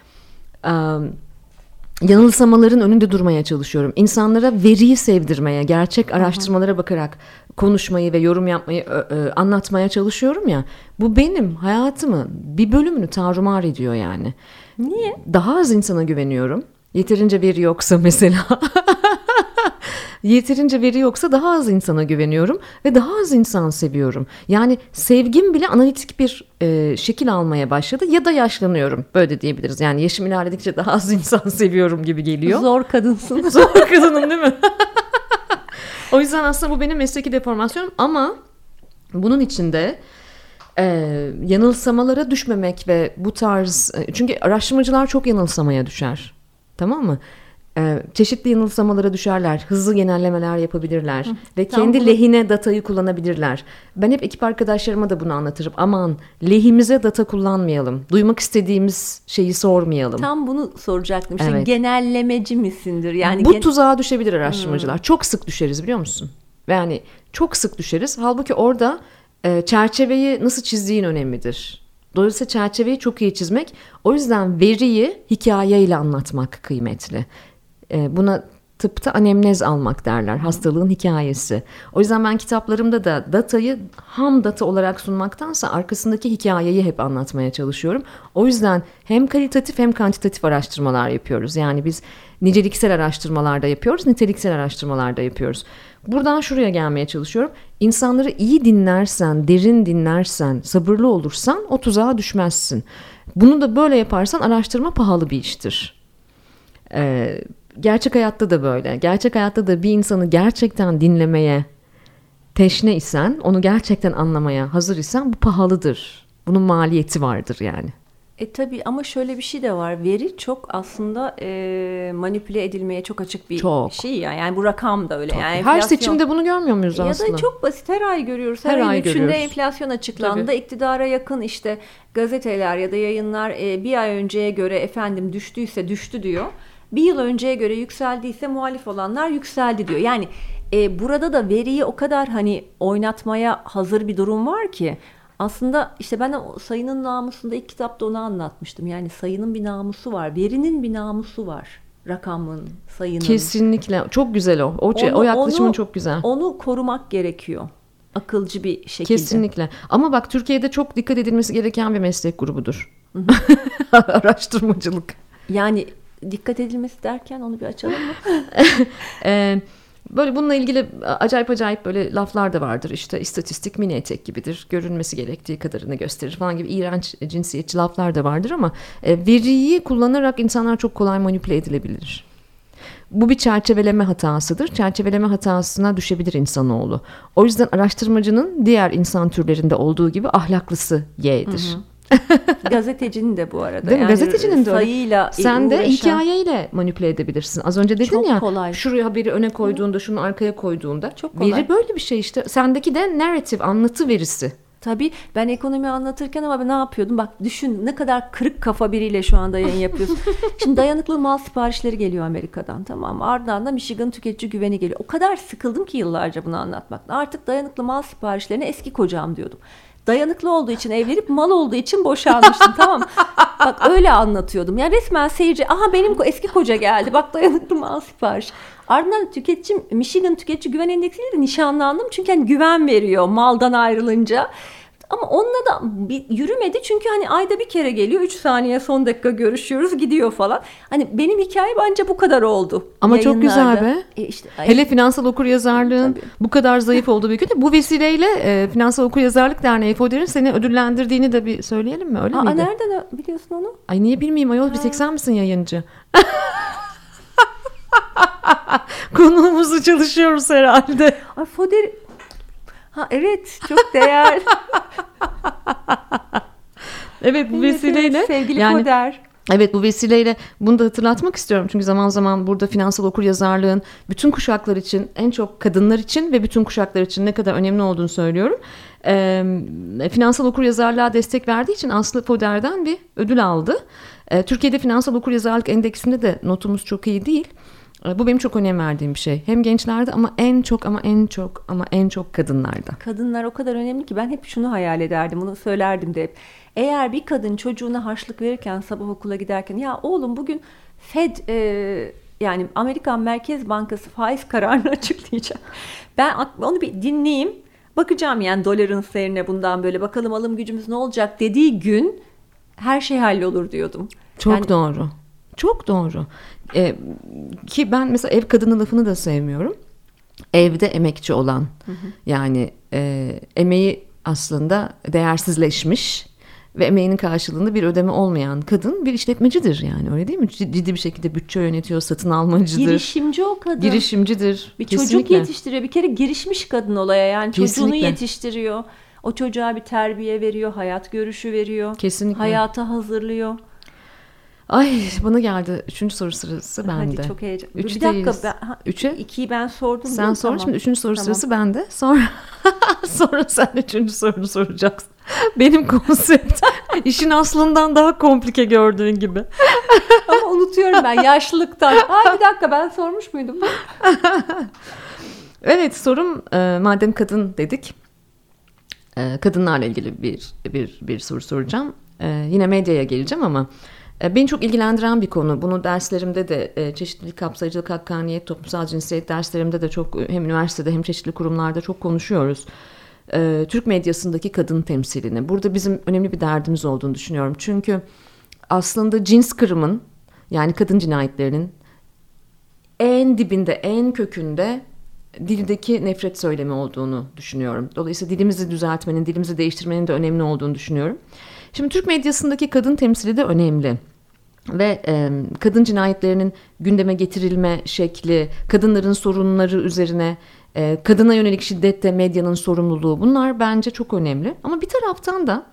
Yanılsamaların önünde durmaya çalışıyorum. İnsanlara veriyi sevdirmeye, gerçek araştırmalara bakarak konuşmayı ve yorum yapmayı anlatmaya çalışıyorum ya. Bu benim hayatımın bir bölümünü tarumar ediyor yani. Niye? Daha az insana güveniyorum. Yeterince veri yoksa mesela. Yeterince veri yoksa daha az insana güveniyorum ve daha az insan seviyorum. Yani sevgim bile analitik bir şekil almaya başladı ya da yaşlanıyorum. Böyle de diyebiliriz. Yani yaşım ilerledikçe daha az insan seviyorum gibi geliyor. Zor kadınsın. Zor kadınım değil mi? O yüzden aslında bu benim mesleki deformasyonum, ama bunun içinde yanılsamalara düşmemek ve bu tarz, çünkü araştırmacılar çok yanılsamaya düşer. Tamam mı? Çeşitli yanılsamalara düşerler, hızlı genellemeler yapabilirler ve kendi lehine datayı kullanabilirler. Ben hep ekip arkadaşlarıma da bunu anlatırım. Aman lehimize data kullanmayalım, duymak istediğimiz şeyi sormayalım. Tam bunu soracaktım. Evet. Şimdi genellemeci misindir? Yani bu tuzağa düşebilir araştırmacılar. Çok sık düşeriz, biliyor musun? Yani çok sık düşeriz. Halbuki orada çerçeveyi nasıl çizdiğin önemlidir. Dolayısıyla çerçeveyi çok iyi çizmek. O yüzden veriyi hikayeyle anlatmak kıymetli. Buna tıpta anemnez almak derler. Hastalığın hikayesi. O yüzden ben kitaplarımda da datayı ham data olarak sunmaktansa arkasındaki hikayeyi hep anlatmaya çalışıyorum. O yüzden hem kalitatif hem kantitatif araştırmalar yapıyoruz. Yani biz niceliksel araştırmalar da yapıyoruz, niteliksel araştırmalar da yapıyoruz. Buradan şuraya gelmeye çalışıyorum. İnsanları iyi dinlersen, derin dinlersen, sabırlı olursan o tuzağa düşmezsin. Bunu da böyle yaparsan araştırma pahalı bir iştir. Gerçek hayatta da böyle. Gerçek hayatta da bir insanı gerçekten dinlemeye teşne isen, onu gerçekten anlamaya hazır isen bu pahalıdır. Bunun maliyeti vardır yani. Tabii, ama şöyle bir şey de var. Veri çok aslında manipüle edilmeye çok açık bir şey ya. Yani bu rakam da öyle. Yani her seçimde bunu görmüyor muyuz aslında? Ya da çok basit, her ay görüyoruz. Her ayın 3'ünde enflasyon açıklandı. Tabii. İktidara yakın işte gazeteler ya da yayınlar bir ay önceye göre efendim düştüyse düştü diyor. Bir yıl önceye göre yükseldiyse muhalif olanlar yükseldi diyor. Yani burada da veriyi o kadar hani oynatmaya hazır bir durum var ki Aslında işte ben o sayının namusunda ilk kitapta onu anlatmıştım. Yani sayının bir namusu var, verinin bir namusu var. Rakamın, sayının. Kesinlikle. Çok güzel o. O yaklaşımın çok güzel. Onu korumak gerekiyor. Akılcı bir şekilde. Kesinlikle. Ama bak Türkiye'de çok dikkat edilmesi gereken bir meslek grubudur. Araştırmacılık. Yani dikkat edilmesi derken onu bir açalım mı? Böyle bununla ilgili acayip böyle laflar da vardır. İşte istatistik mini etek gibidir. Görünmesi gerektiği kadarını gösterir falan gibi iğrenç cinsiyetçi laflar da vardır ama veriyi kullanarak insanlar çok kolay manipüle edilebilir. Bu bir çerçeveleme hatasıdır. Çerçeveleme hatasına düşebilir insanoğlu. O yüzden araştırmacının diğer insan türlerinde olduğu gibi ahlaklısı Y'dir. Gazetecinin de bu arada. Değil mi? Gazetecinin de sayıyla sen de hikayeyle manipüle edebilirsin. Az önce dedin çok ya kolay. Şuraya haberi öne koyduğunda, şunu arkaya koyduğunda. Çok kolay. Veri böyle bir şey işte. Sendeki de narrative, anlatı verisi. Tabii ben ekonomi anlatırken ama ben ne yapıyordum? Bak düşün ne kadar kırık kafa biriyle şu anda yayın yapıyorsun. Şimdi dayanıklı mal siparişleri geliyor Amerika'dan, tamam mı? Ardından da Michigan tüketici güveni geliyor. O kadar sıkıldım ki yıllarca bunu anlatmaktan. Artık dayanıklı mal siparişlerine eski kocam diyordum. Dayanıklı olduğu için evlenip mal olduğu için boşanmıştım, tamam mı? Bak öyle anlatıyordum. Yani resmen seyirci, aha benim eski koca geldi. Bak dayanıklı mal sipariş. Ardından Michigan tüketici güven endeksiyle de nişanlandım. Çünkü hani güven veriyor maldan ayrılınca. Ama onunla da yürümedi çünkü hani ayda bir kere geliyor, 3 saniye son dakika görüşüyoruz, gidiyor falan. Hani benim hikayem anca bu kadar oldu. Ama yayınlarda. çok güzel be. Hele finansal okuryazarlığın bu kadar zayıf olduğu bir gün. Bu vesileyle Finansal Okuryazarlık Derneği FODER'in seni ödüllendirdiğini de bir söyleyelim mi? Öyle miydi? Nereden biliyorsun onu? Ay niye bilmeyeyim ayol, bir tek sen misin yayıncı? Konuğumuzu çalışıyoruz herhalde. Ay FODER... Ha evet, çok değerli. Evet, bu vesileyle sevgili FODER. Evet, bu vesileyle bunu da hatırlatmak istiyorum. Çünkü zaman zaman burada finansal okuryazarlığın bütün kuşaklar için, en çok kadınlar için ve bütün kuşaklar için ne kadar önemli olduğunu söylüyorum. Finansal okuryazarlığa destek verdiği için Aslı FODER'den bir ödül aldı. Türkiye'de finansal okuryazarlık endeksinde de notumuz çok iyi değil. Bu benim çok önem verdiğim bir şey. Hem gençlerde ama en çok kadınlarda. Kadınlar o kadar önemli ki ben hep şunu hayal ederdim, bunu söylerdim de hep. Eğer bir kadın çocuğuna harçlık verirken sabah okula giderken, ya oğlum bugün Fed yani Amerikan Merkez Bankası faiz kararını açıklayacak. Ben onu bir dinleyeyim, bakacağım yani doların seyrine, bundan böyle bakalım alım gücümüz ne olacak dediği gün her şey hallolur diyordum. Çok doğru. Çok doğru. Ki ben mesela ev kadını lafını da sevmiyorum. Evde emekçi olan, yani emeği aslında değersizleşmiş ve emeğinin karşılığında bir ödeme olmayan kadın bir işletmecidir, yani öyle değil mi? Ciddi bir şekilde bütçe yönetiyor, satın almacıdır. Girişimci o kadın. Girişimcidir. Bir Kesinlikle. çocuk yetiştiriyor. Bir kere girişmiş kadın olaya, yani Kesinlikle. çocuğunu yetiştiriyor. O çocuğa bir terbiye veriyor, hayat görüşü veriyor. Kesinlikle. Hayata hazırlıyor. Ay bana geldi. 3. soru sırası bende. Hadi çok heyecanlı. Bir Üçteyiz. dakika. 2'yi ben sordum. sen sor. Tamam. Şimdi 3. soru sırası bende. Sonra sen 3. sorunu soracaksın. Benim konsept işin aslından daha komplike gördüğün gibi. Ama unutuyorum ben yaşlılıktan. Bir dakika, ben sormuş muydum? Evet, sorum madem kadın dedik. Kadınlarla ilgili bir soru soracağım. Yine medyaya geleceğim ama beni çok ilgilendiren bir konu. Bunu derslerimde de çeşitlilik, kapsayıcılık, hakkaniyet, toplumsal cinsiyet derslerimde de çok, hem üniversitede hem çeşitli kurumlarda çok konuşuyoruz. Türk medyasındaki kadın temsilini. Burada bizim önemli bir derdimiz olduğunu düşünüyorum. Çünkü aslında cins kırımın, yani kadın cinayetlerinin en dibinde, en kökünde dildeki nefret söylemi olduğunu düşünüyorum. Dolayısıyla dilimizi düzeltmenin, dilimizi değiştirmenin de önemli olduğunu düşünüyorum. Şimdi Türk medyasındaki kadın temsili de önemli. Ve kadın cinayetlerinin gündeme getirilme şekli, kadınların sorunları üzerine, kadına yönelik şiddette medyanın sorumluluğu, bunlar bence çok önemli. Ama bir taraftan da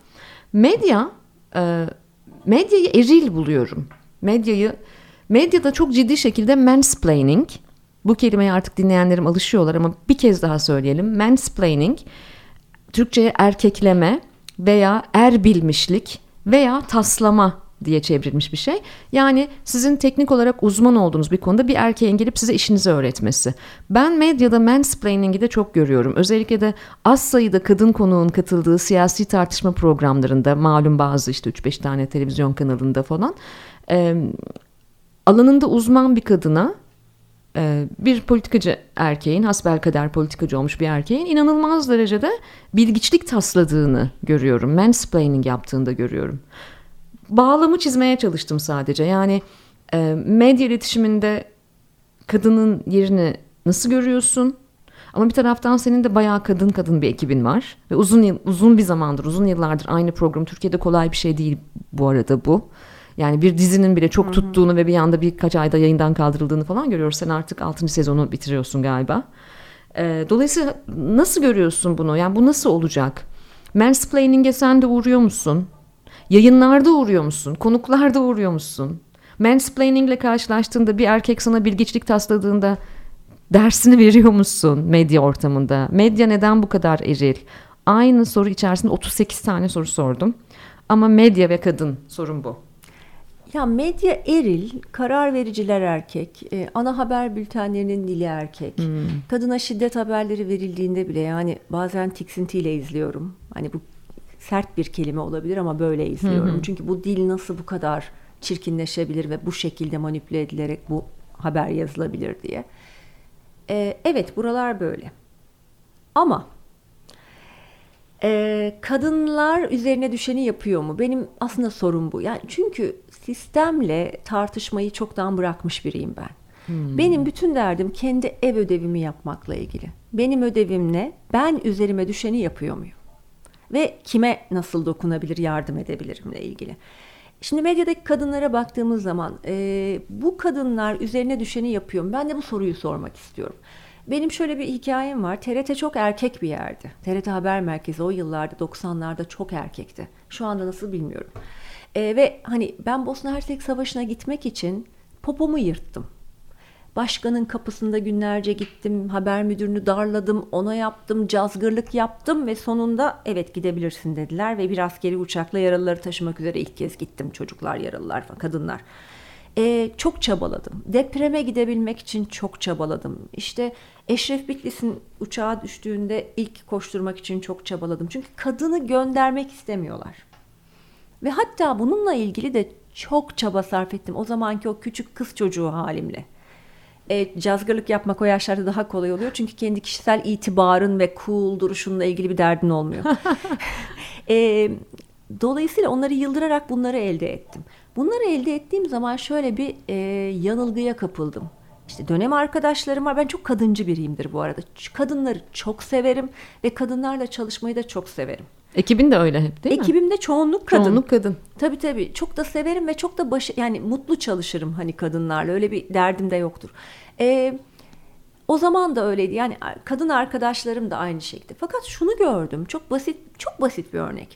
medyayı eril buluyorum. Medyada çok ciddi şekilde mansplaining, bu kelimeye artık dinleyenlerim alışıyorlar ama bir kez daha söyleyelim. Mansplaining, Türkçe'ye erkekleme veya bilmişlik veya taslama diye çevrilmiş bir şey. Yani sizin teknik olarak uzman olduğunuz bir konuda bir erkeğin gelip size işinizi öğretmesi. Ben medyada mansplaining'i de çok görüyorum. Özellikle de az sayıda kadın konuğun katıldığı siyasi tartışma programlarında, malum bazı işte 3-5 tane televizyon kanalında falan, alanında uzman bir kadına bir politikacı erkeğin, hasbelkader politikacı olmuş bir erkeğin inanılmaz derecede bilgiçlik tasladığını görüyorum. Mansplaining yaptığını da görüyorum. Bağlamı çizmeye çalıştım sadece. Yani medya iletişiminde kadının yerini nasıl görüyorsun? Ama bir taraftan senin de bayağı kadın bir ekibin var. Ve uzun bir zamandır, uzun yıllardır aynı program. Türkiye'de kolay bir şey değil bu arada bu. Yani bir dizinin bile çok tuttuğunu ve bir anda birkaç ayda yayından kaldırıldığını falan görüyoruz. Sen artık 6. sezonu bitiriyorsun galiba. Dolayısıyla nasıl görüyorsun bunu? Yani bu nasıl olacak? Mansplaining'e sen de uğruyor musun? Yayınlarda uğruyor musun? Konuklarda uğruyor musun? Mansplaining'le karşılaştığında bir erkek sana bilgiçlik tasladığında dersini veriyor musun medya ortamında? Medya neden bu kadar eril? Aynı soru içerisinde 38 tane soru sordum. Ama medya ve kadın, sorun bu. Ya medya eril, karar vericiler erkek, ana haber bültenlerinin dili erkek. Kadına şiddet haberleri verildiğinde bile yani bazen tiksintiyle izliyorum. Hani bu sert bir kelime olabilir ama böyle izliyorum. Çünkü bu dil nasıl bu kadar çirkinleşebilir ve bu şekilde manipüle edilerek bu haber yazılabilir diye. Evet, buralar böyle. Ama kadınlar üzerine düşeni yapıyor mu? Benim aslında sorum bu. Yani çünkü sistemle tartışmayı çoktan bırakmış biriyim ben. Benim bütün derdim kendi ev ödevimi yapmakla ilgili. Benim ödevim ne? Ben üzerime düşeni yapıyor muyum? Ve kime nasıl dokunabilir, yardım edebilirimle ilgili. Şimdi medyadaki kadınlara baktığımız zaman bu kadınlar üzerine düşeni yapıyor mu? Ben de bu soruyu sormak istiyorum. Benim şöyle bir hikayem var. TRT çok erkek bir yerdi. TRT Haber Merkezi o yıllarda 90'larda çok erkekti. Şu anda nasıl bilmiyorum. Ve hani ben Bosna Hersek Savaşı'na gitmek için popomu yırttım. Başkanın kapısında günlerce gittim. Haber müdürünü darladım. Ona yaptım. Cazgırlık yaptım. Ve sonunda evet gidebilirsin dediler. Ve bir askeri uçakla yaralıları taşımak üzere ilk kez gittim. Çocuklar, yaralılar, kadınlar. Çok çabaladım. Depreme gidebilmek için çok çabaladım. İşte Eşref Bitlis'in uçağa düştüğünde ilk koşturmak için çok çabaladım. Çünkü kadını göndermek istemiyorlar. Ve hatta bununla ilgili de çok çaba sarf ettim. O zamanki o küçük kız çocuğu halimle. Cazgırlık yapmak o yaşlarda daha kolay oluyor. Çünkü kendi kişisel itibarın ve cool duruşunla ilgili bir derdin olmuyor. Dolayısıyla onları yıldırarak bunları elde ettim. Bunları elde ettiğim zaman şöyle bir yanılgıya kapıldım. İşte dönem arkadaşlarım var. Ben çok kadıncı biriyimdir bu arada. Kadınları çok severim ve kadınlarla çalışmayı da çok severim. Ekibin de öyle hep değil mi? Ekibimde çoğunluk kadın. Çoğunluk kadın. Tabii. Çok da severim ve çok da yani mutlu çalışırım hani kadınlarla. Öyle bir derdim de yoktur. O zaman da öyleydi. Yani kadın arkadaşlarım da aynı şekilde. Fakat şunu gördüm. Çok basit bir örnek.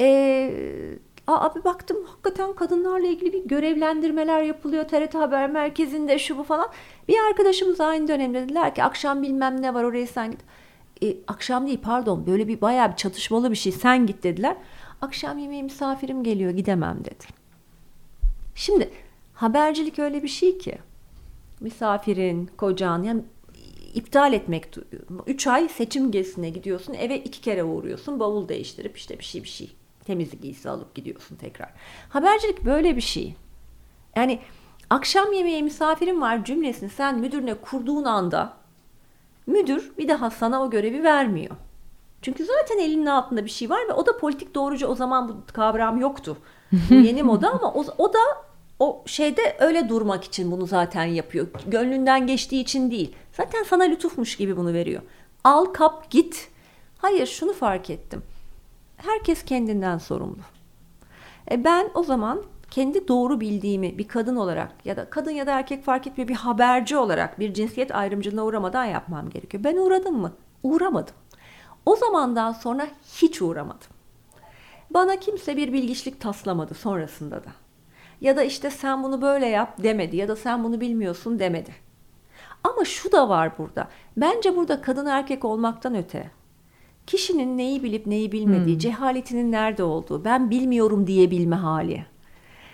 Abi baktım hakikaten kadınlarla ilgili bir görevlendirmeler yapılıyor. TRT Haber Merkezi'nde şu bu falan. Bir arkadaşımız aynı dönemde dediler ki akşam bilmem ne var oraya sen git. Akşam değil pardon böyle bir bayağı bir çatışmalı bir şey sen git dediler. Akşam yemeğe misafirim geliyor gidemem dedi. Şimdi habercilik öyle bir şey ki misafirin, kocan yani iptal etmek 3 ay seçim gezisine gidiyorsun eve 2 kere uğruyorsun bavul değiştirip işte bir şey temizlik giysi alıp gidiyorsun tekrar. Habercilik böyle bir şey. Yani akşam yemeğe misafirim var cümlesini sen müdürüne kurduğun anda müdür bir daha sana o görevi vermiyor. Çünkü zaten elinin altında bir şey var ve o da politik doğrucu o zaman bu kavram yoktu. Bu yeni moda ama o da o şeyde öyle durmak için bunu zaten yapıyor. Gönlünden geçtiği için değil. Zaten sana lütufmuş gibi bunu veriyor. Al kap git. Hayır şunu fark ettim. Herkes kendinden sorumlu. Ben o zaman kendi doğru bildiğimi bir kadın olarak ya da kadın ya da erkek fark etmiyor bir haberci olarak bir cinsiyet ayrımcılığına uğramadan yapmam gerekiyor. Ben uğradım mı? Uğramadım. O zamandan sonra hiç uğramadım. Bana kimse bir bilgiçlik taslamadı sonrasında da. Ya da işte sen bunu böyle yap demedi ya da sen bunu bilmiyorsun demedi. Ama şu da var burada. Bence burada kadın erkek olmaktan öte. Kişinin neyi bilip neyi bilmediği, cehaletinin nerede olduğu, ben bilmiyorum diyebilme hali.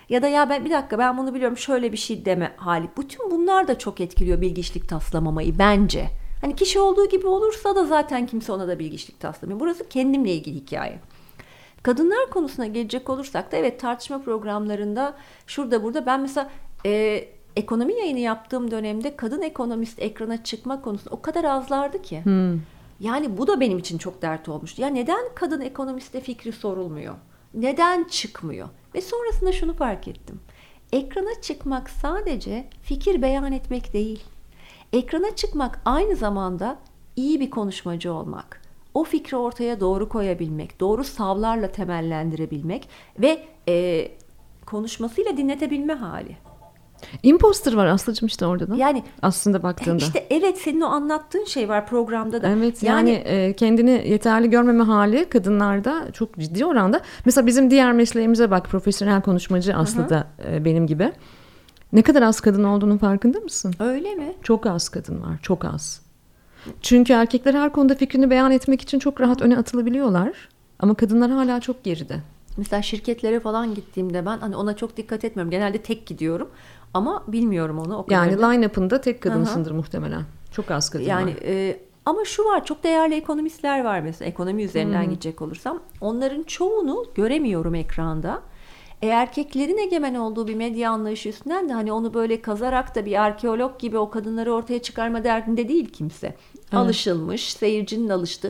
Ya da ya ben bir dakika ben bunu biliyorum şöyle bir şey deme hali. Bütün bunlar da çok etkiliyor bilgiçlik taslamamayı bence. Hani kişi olduğu gibi olursa da zaten kimse ona da bilgiçlik taslamıyor. Burası kendimle ilgili hikaye. Kadınlar konusuna gelecek olursak da evet tartışma programlarında şurada burada ben mesela ekonomi yayını yaptığım dönemde kadın ekonomist ekrana çıkma konusunda o kadar azlardı ki. Yani bu da benim için çok dert olmuştu. Ya neden kadın ekonomiste fikri sorulmuyor? Neden çıkmıyor? Ve sonrasında şunu fark ettim. Ekrana çıkmak sadece fikir beyan etmek değil. Ekrana çıkmak aynı zamanda iyi bir konuşmacı olmak. O fikri ortaya doğru koyabilmek, doğru savlarla temellendirebilmek ve konuşmasıyla dinletebilme hali. Imposter var Aslı'cığım işte orada da. Yani aslında baktığında. İşte evet senin o anlattığın şey var programda da. Evet yani kendini yeterli görmeme hali kadınlarda çok ciddi oranda. Mesela bizim diğer mesleğimize bak, profesyonel konuşmacı Aslı'da benim gibi. Ne kadar az kadın olduğunun farkında mısın? Öyle mi? Çok az kadın var, çok az. Çünkü erkekler her konuda fikrini beyan etmek için çok rahat öne atılabiliyorlar. Ama kadınlar hala çok geride. Mesela şirketlere falan gittiğimde ben hani ona çok dikkat etmiyorum. Genelde tek gidiyorum ama bilmiyorum onu o kadar. Yani line-up'ında tek kadınsındır muhtemelen. Çok az kadın var. Ama şu var, çok değerli ekonomistler var mesela, ekonomi üzerinden gidecek olursam. Onların çoğunu göremiyorum ekranda. Erkeklerin egemen olduğu bir medya anlayışı üstünden de hani onu böyle kazarak da bir arkeolog gibi o kadınları ortaya çıkarma derdinde değil kimse. Evet. Alışılmış, seyircinin alıştığı.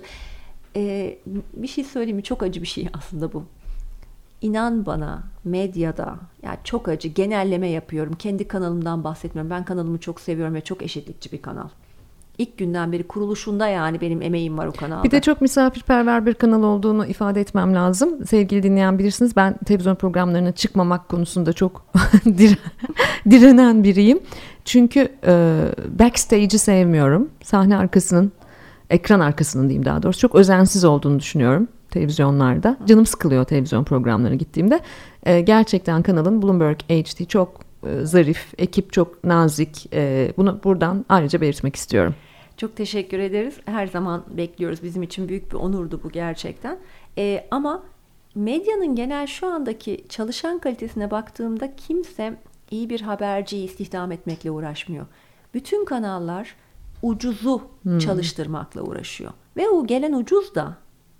Bir şey söyleyeyim mi? Çok acı bir şey aslında bu. İnan bana medyada, yani çok acı, genelleme yapıyorum. Kendi kanalımdan bahsetmiyorum. Ben kanalımı çok seviyorum ve çok eşitlikçi bir kanal. İlk günden beri kuruluşunda yani benim emeğim var o kanalda. Bir de çok misafirperver bir kanal olduğunu ifade etmem lazım. Sevgili dinleyen bilirsiniz, ben televizyon programlarına çıkmamak konusunda çok direnen biriyim. Çünkü backstage'i sevmiyorum. Sahne arkasının, ekran arkasının diyeyim daha doğrusu, çok özensiz olduğunu düşünüyorum televizyonlarda. Canım sıkılıyor televizyon programlarına gittiğimde. Gerçekten kanalın Bloomberg HD çok zarif, ekip çok nazik. Bunu buradan ayrıca belirtmek istiyorum. Çok teşekkür ederiz. Her zaman bekliyoruz. Bizim için büyük bir onurdu bu gerçekten. Ama medyanın genel şu andaki çalışan kalitesine baktığımda kimse iyi bir haberciyi istihdam etmekle uğraşmıyor. Bütün kanallar ucuzu çalıştırmakla uğraşıyor. Ve o gelen ucuz da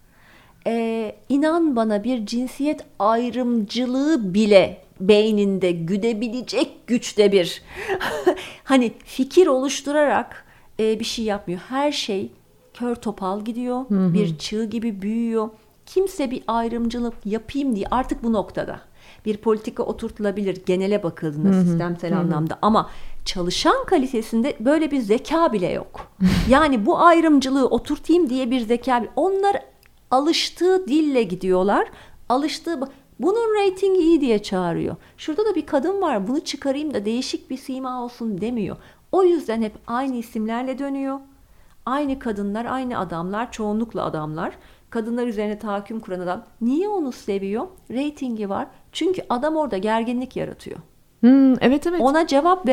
inan bana bir cinsiyet ayrımcılığı bile beyninde güdebilecek güçte bir hani fikir oluşturarak bir şey yapmıyor. Her şey kör topal gidiyor. Bir çığ gibi büyüyor. Kimse bir ayrımcılık yapayım diye artık bu noktada. Bir politika oturtulabilir genele bakıldığında sistemsel anlamda ama çalışan kalitesinde böyle bir zeka bile yok. Yani bu ayrımcılığı oturtayım diye bir zeka. Onlar alıştığı dille gidiyorlar. Bunun reytingi iyi diye çağırıyor. Şurada da bir kadın var, bunu çıkarayım da değişik bir sima olsun demiyor. O yüzden hep aynı isimlerle dönüyor. Aynı kadınlar, aynı adamlar, çoğunlukla adamlar. Kadınlar üzerine tahakküm kuran adam. Niye onu seviyor? Reytingi var. Çünkü adam orada gerginlik yaratıyor. Evet. Ona cevap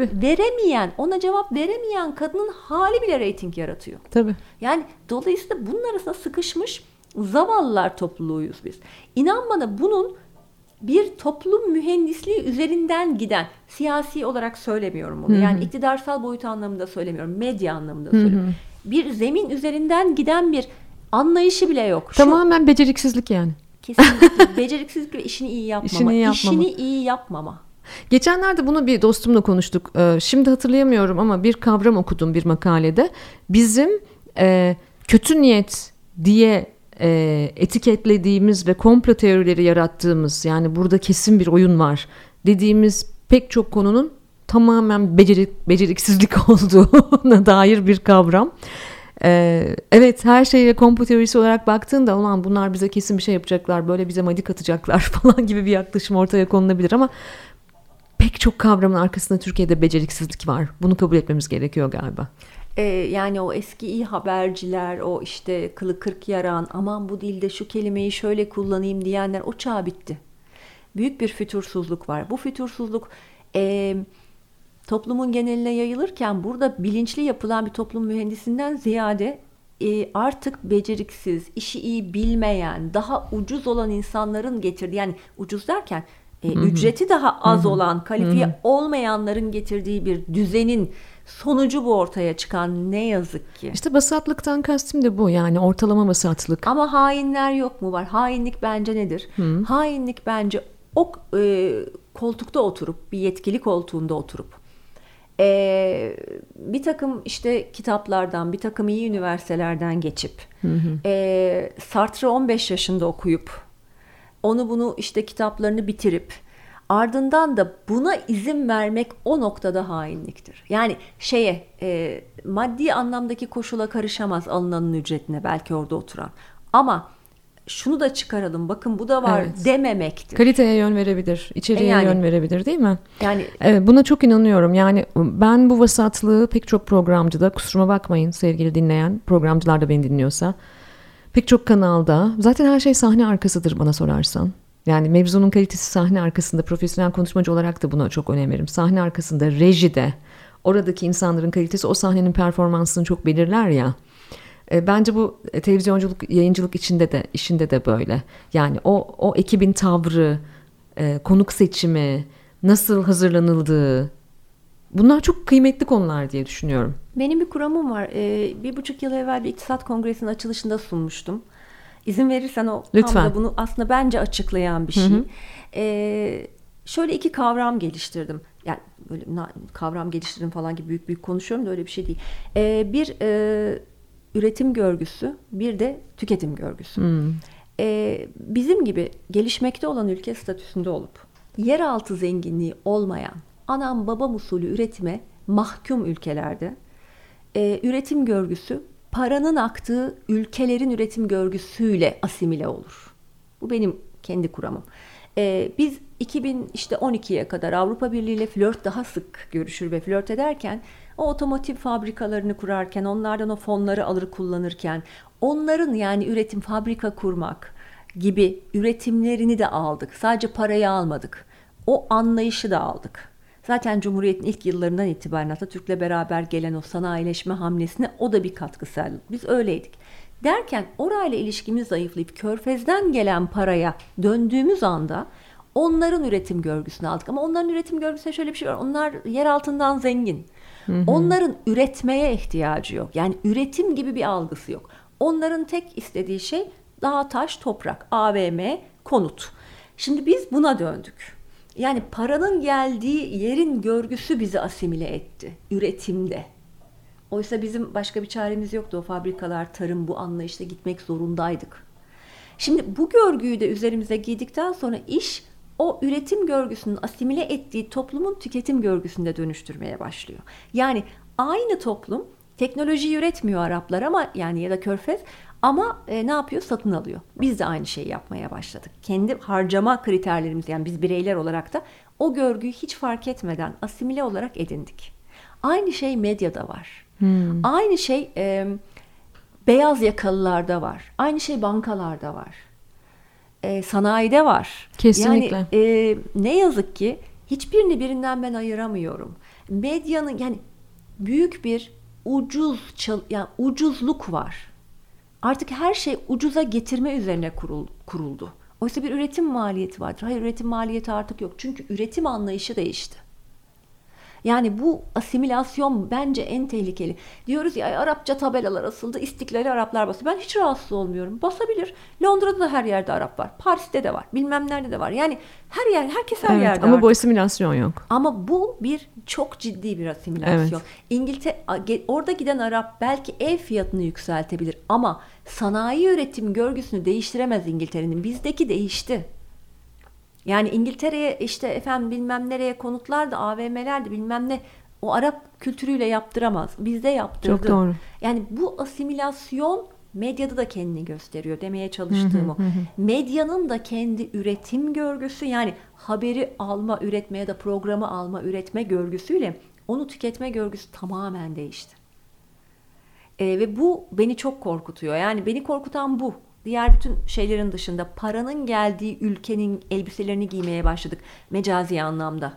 ona cevap veremeyen kadının hali bile reyting yaratıyor. Tabii. Yani dolayısıyla bunun arasında sıkışmış zavallılar topluluğuyuz biz. İnan bana bunun bir toplum mühendisliği üzerinden giden, siyasi olarak söylemiyorum bunu. Yani iktidarsal boyut anlamında söylemiyorum, medya anlamında söylüyorum. Bir zemin üzerinden giden bir anlayışı bile yok. Tamamen beceriksizlik yani. Kesinlikle beceriksizlik ve işini iyi yapmama. Geçenlerde bunu bir dostumla konuştuk. Şimdi hatırlayamıyorum ama bir kavram okudum bir makalede. Bizim kötü niyet diye etiketlediğimiz ve komplo teorileri yarattığımız, yani burada kesin bir oyun var dediğimiz pek çok konunun tamamen beceriksizlik olduğuna dair bir kavram. Evet, her şeye komplo teorisi olarak baktığında ulan bunlar bize kesin bir şey yapacaklar, böyle bize madik atacaklar falan gibi bir yaklaşım ortaya konulabilir ama pek çok kavramın arkasında Türkiye'de beceriksizlik var. Bunu kabul etmemiz gerekiyor galiba. Yani o eski iyi haberciler, o işte kılı kırk yaran, aman bu dilde şu kelimeyi şöyle kullanayım diyenler, o çağ bitti. Büyük bir fütursuzluk var. Bu fütursuzluk toplumun geneline yayılırken burada bilinçli yapılan bir toplum mühendisinden ziyade artık beceriksiz, işi iyi bilmeyen, daha ucuz olan insanların getirdiği, yani ucuz derken ücreti daha az olan, kalifiye olmayanların getirdiği bir düzenin sonucu bu ortaya çıkan, ne yazık ki. İşte vasatlıktan kastım da bu, yani ortalama vasatlık. Ama hainler yok mu var? Hainlik bence nedir? Hainlik bence o koltukta oturup, bir yetkili koltuğunda oturup bir takım işte kitaplardan, bir takım iyi üniversitelerden geçip Sartre'ı 15 yaşında okuyup onu bunu işte kitaplarını bitirip ardından da buna izin vermek o noktada hainliktir. Yani maddi anlamdaki koşula karışamaz alınanın ücretine belki orada oturan. Ama şunu da çıkaralım, bakın bu da var dememektir. Kaliteye yön verebilir, içeriğe yön verebilir, değil mi? Yani buna çok inanıyorum. Yani ben bu vasatlığı pek çok programcıda, kusuruma bakmayın sevgili dinleyen programcılar da beni dinliyorsa, pek çok kanalda, zaten her şey sahne arkasıdır bana sorarsan. Yani mevzunun kalitesi sahne arkasında, profesyonel konuşmacı olarak da buna çok önem veririm. Sahne arkasında, rejide, oradaki insanların kalitesi o sahnenin performansını çok belirler ya. Bence bu televizyonculuk, yayıncılık işinde de böyle. Yani o ekibin tavrı, konuk seçimi, nasıl hazırlanıldığı, bunlar çok kıymetli konular diye düşünüyorum. Benim bir kuramım var. 1,5 yıl evvel bir iktisat kongresinin açılışında sunmuştum. İzin verirsen o lütfen. Tam da bunu aslında bence açıklayan bir şey. Şöyle 2 kavram geliştirdim. Yani böyle kavram geliştirdim falan gibi büyük konuşuyorum da öyle bir şey değil. Bir üretim görgüsü, bir de tüketim görgüsü. Bizim gibi gelişmekte olan ülke statüsünde olup yeraltı zenginliği olmayan, anam babam usulü üretime mahkum ülkelerde üretim görgüsü paranın aktığı ülkelerin üretim görgüsüyle asimile olur. Bu benim kendi kuramım. Biz 2012'ye kadar Avrupa Birliği ile flört daha sık görüşür ve flört ederken, o otomotiv fabrikalarını kurarken, onlardan o fonları alır kullanırken, onların yani üretim, fabrika kurmak gibi üretimlerini de aldık. Sadece parayı almadık. O anlayışı da aldık. Zaten Cumhuriyet'in ilk yıllarından itibaren Atatürk'le beraber gelen o sanayileşme hamlesine o da bir katkı sağladı. Biz öyleydik. Derken orayla ilişkimiz zayıflayıp Körfez'den gelen paraya döndüğümüz anda onların üretim görgüsünü aldık. Ama onların üretim görgüsünde şöyle bir şey var. Onlar yer altından zengin. Onların üretmeye ihtiyacı yok. Yani üretim gibi bir algısı yok. Onların tek istediği şey dağ, taş, toprak, AVM, konut. Şimdi biz buna döndük. Yani paranın geldiği yerin görgüsü bizi asimile etti üretimde. Oysa bizim başka bir çaremiz yoktu. O fabrikalar, tarım, bu anlayışla gitmek zorundaydık. Şimdi bu görgüyü de üzerimize giydikten sonra iş o üretim görgüsünün asimile ettiği toplumun tüketim görgüsünde dönüştürmeye başlıyor. Yani aynı toplum teknolojiyi üretmiyor Araplar ama yani ya da Körfez, ama ne yapıyor? Satın alıyor. Biz de aynı şeyi yapmaya başladık. Kendi harcama kriterlerimiz, yani biz bireyler olarak da o görgüyü hiç fark etmeden asimile olarak edindik. Aynı şey medyada var. Aynı şey beyaz yakalılarda var. Aynı şey bankalarda var. Sanayide var. Kesinlikle. Yani ne yazık ki hiçbirini birinden ben ayıramıyorum. Medyanın yani büyük bir ucuzluk var. Artık her şey ucuza getirme üzerine kuruldu. Oysa bir üretim maliyeti vardır. Hayır, üretim maliyeti artık yok. Çünkü üretim anlayışı değişti. Yani bu asimilasyon bence en tehlikeli. Diyoruz ya, Arapça tabelalar asıldı, İstiklal'i Araplar basıyor. Ben hiç rahatsız olmuyorum. Basabilir. Londra'da da her yerde Arap var. Paris'te de var. Bilmem nerede de var. Yani her yer, herkes her yerde ama artık. bu asimilasyon yok. Ama bu bir çok ciddi bir asimilasyon. Orada giden Arap belki ev fiyatını yükseltebilir ama sanayi üretim görgüsünü değiştiremez İngiltere'nin. Bizdeki değişti. Yani İngiltere'ye işte efendim bilmem nereye konutlar da, AVM'ler de bilmem ne, o Arap kültürüyle yaptıramaz. Bizde yaptırdı. Çok doğru. Yani bu asimilasyon medyada da kendini gösteriyor demeye çalıştığım o. Medyanın da kendi üretim görgüsü, yani haberi alma, üretme ya da programı alma, üretme görgüsüyle onu tüketme görgüsü tamamen değişti. Ve bu beni çok korkutuyor. Yani beni korkutan bu. Diğer bütün şeylerin dışında paranın geldiği ülkenin elbiselerini giymeye başladık. Mecazi anlamda,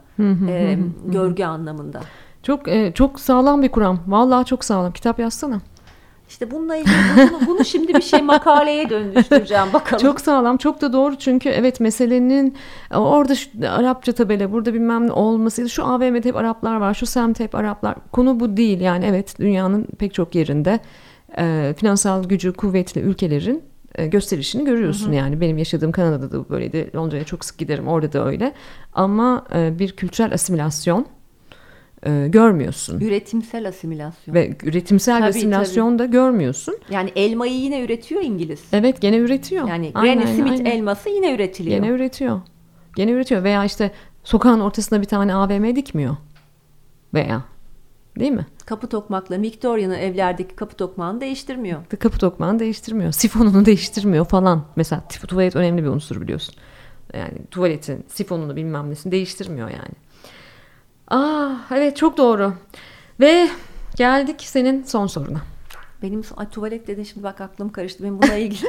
görgü anlamında. Çok sağlam bir kuram. Vallahi çok sağlam. Kitap yazsana. İşte bununla ilgili bunu şimdi bir şey makaleye döndüreceğim bakalım. Çok sağlam, çok da doğru çünkü evet meselenin orada Arapça tabela, burada bilmem ne olması, şu AVM'de hep Araplar var, şu semtte hep Araplar. Konu bu değil yani, evet dünyanın pek çok yerinde finansal gücü kuvvetli ülkelerin gösterişini görüyorsun. Yani benim yaşadığım Kanada'da da böyleydi, Londra'ya çok sık giderim, orada da öyle ama bir kültürel asimilasyon görmüyorsun. Üretimsel asimilasyon. Ve üretimsel asimilasyon da görmüyorsun. Yani elmayı yine üretiyor İngiliz. Evet, gene üretiyor. Yani Granny Smith elması yine üretiliyor. Gene üretiyor. Gene üretiyor veya işte sokağın ortasına bir tane AVM dikmiyor. Veya değil mi? Kapı tokmakla Victoria'nın evlerdeki kapı tokmağını değiştirmiyor. Kapı tokmağını değiştirmiyor. Sifonunu değiştirmiyor falan. Mesela tuvalet önemli bir unsur biliyorsun. Yani tuvaletin sifonunu bilmem nesini değiştirmiyor yani. Evet çok doğru. Ve geldik senin son soruna. Benim tuvalet dedin şimdi bak aklım karıştı. Benim buna ilgili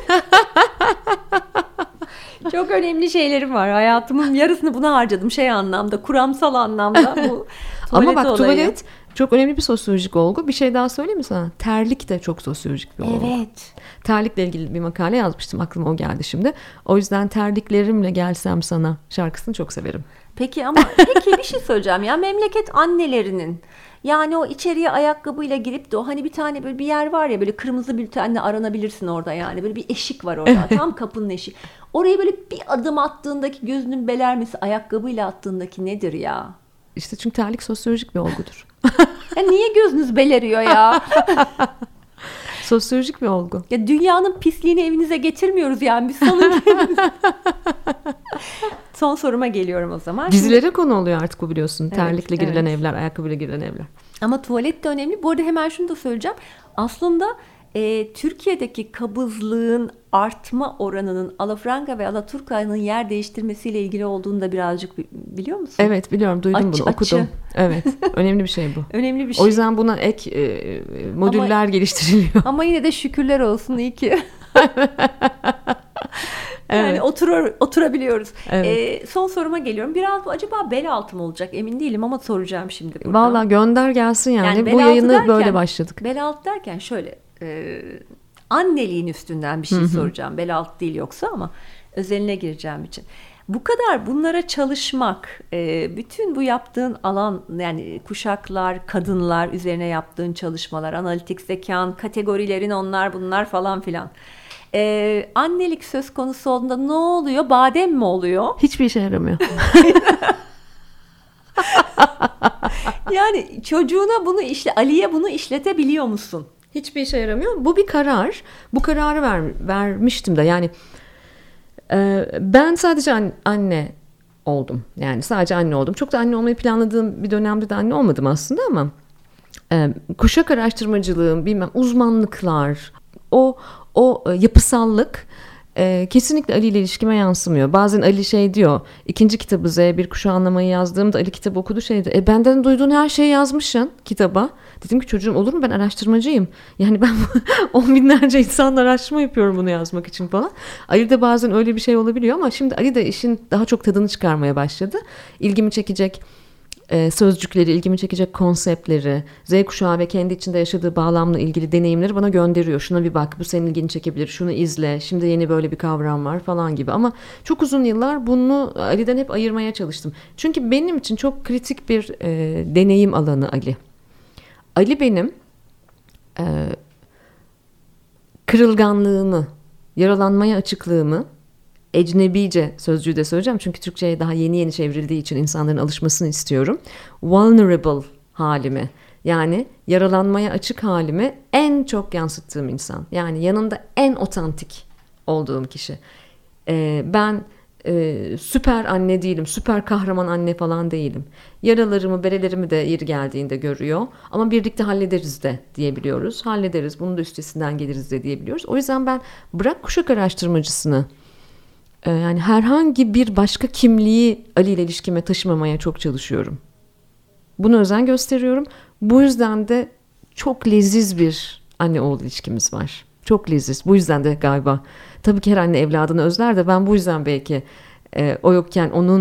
çok önemli şeylerim var. Hayatımın yarısını buna harcadım anlamda, kuramsal anlamda bu tuvalet Ama bak olayı. Tuvalet çok önemli bir sosyolojik olgu. Bir şey daha söyleyeyim mi sana? Terlik de çok sosyolojik bir olgu. Evet. Terlikle ilgili bir makale yazmıştım. Aklıma o geldi şimdi. O yüzden terliklerimle gelsem sana şarkısını çok severim. Peki bir şey söyleyeceğim ya, memleket annelerinin yani o içeriye ayakkabıyla girip de o hani bir tane böyle bir yer var ya, böyle kırmızı bültenle aranabilirsin orada, yani böyle bir eşik var orada, tam kapının eşiği. Oraya böyle bir adım attığındaki gözünün belermesi, ayakkabıyla attığındaki nedir ya? İşte çünkü terlik sosyolojik bir olgudur. Ya niye gözünüz beleriyor ya? Sosyolojik bir olgu. Ya dünyanın pisliğini evinize getirmiyoruz yani, biz salın. Son soruma geliyorum o zaman. Dizilere konu oluyor artık bu, biliyorsun. Evet, Terlikle girilen evet. evler, ayakkabıyla girilen evler. Ama tuvalet de önemli. Bu arada hemen şunu da söyleyeceğim. Aslında Türkiye'deki kabızlığın artma oranının alafranga ve alaturka'nın yer değiştirmesiyle ilgili olduğunu da birazcık biliyor musun? Evet biliyorum, duydum bunu, okudum. Evet, önemli bir şey bu. Önemli bir şey. O yüzden buna ek modüller geliştiriliyor. Ama yine de şükürler olsun, iyi ki. Yani Evet. oturabiliyoruz. Evet. Son soruma geliyorum. Biraz bu acaba bel altı mı olacak emin değilim ama soracağım şimdi burada. Vallahi gönder gelsin yani. bel Bu altı yayını derken, böyle başladık. Bel altı derken şöyle anneliğin üstünden bir şey soracağım. Bel altı değil yoksa, ama özeline gireceğim için. Bu kadar bunlara çalışmak, bütün bu yaptığın alan, yani kuşaklar, kadınlar üzerine yaptığın çalışmalar, analitik zekan, kategorilerin onlar bunlar falan filan. Annelik söz konusu olduğunda ne oluyor? Badem mi oluyor? Hiçbir işe yaramıyor. Yani çocuğuna bunu Ali'ye bunu işletebiliyor musun? Hiçbir işe yaramıyor. Bu bir karar. Bu kararı vermiştim de yani ben sadece anne oldum. Yani sadece anne oldum. Çok da anne olmayı planladığım bir dönemde de anne olmadım aslında ama kuşak araştırmacılığım, bilmem uzmanlıklar, o yapısallık kesinlikle Ali ile ilişkime yansımıyor. Bazen Ali diyor, ikinci kitabı Z1 kuşağı anlamayı yazdığımda Ali kitabı okudu benden duyduğun her şeyi yazmışsın kitaba. Dedim ki çocuğum olur mu, ben araştırmacıyım. Yani ben 10 binlerce insanla araştırma yapıyorum bunu yazmak için falan. Ali de bazen öyle bir şey olabiliyor ama şimdi Ali de işin daha çok tadını çıkarmaya başladı. İlgimi çekecek sözcükleri, ilgimi çekecek konseptleri, Z kuşağı ve kendi içinde yaşadığı bağlamla ilgili deneyimleri bana gönderiyor. Şuna bir bak, bu senin ilgini çekebilir, şunu izle, şimdi yeni böyle bir kavram var falan gibi. Ama çok uzun yıllar bunu Ali'den hep ayırmaya çalıştım. Çünkü benim için çok kritik bir deneyim alanı Ali. Ali benim kırılganlığımı, yaralanmaya açıklığımı, ecnebice sözcüğü de söyleyeceğim çünkü Türkçe'ye daha yeni çevrildiği için insanların alışmasını istiyorum. Vulnerable halimi, yani yaralanmaya açık halimi en çok yansıttığım insan. Yani yanında en otantik olduğum kişi. Ben süper anne değilim, süper kahraman anne falan değilim. Yaralarımı, berelerimi de yeri geldiğinde görüyor. Ama birlikte hallederiz de diyebiliyoruz. Hallederiz, bunun da üstesinden geliriz de diyebiliyoruz. O yüzden ben bırak kuşak araştırmacısını, yani herhangi bir başka kimliği Ali ile ilişkime taşımamaya çok çalışıyorum. Buna özen gösteriyorum. Bu yüzden de çok leziz bir anne oğul ilişkimiz var. Çok leziz. Bu yüzden de galiba, tabii ki her anne evladını özler de ben bu yüzden belki o yokken onun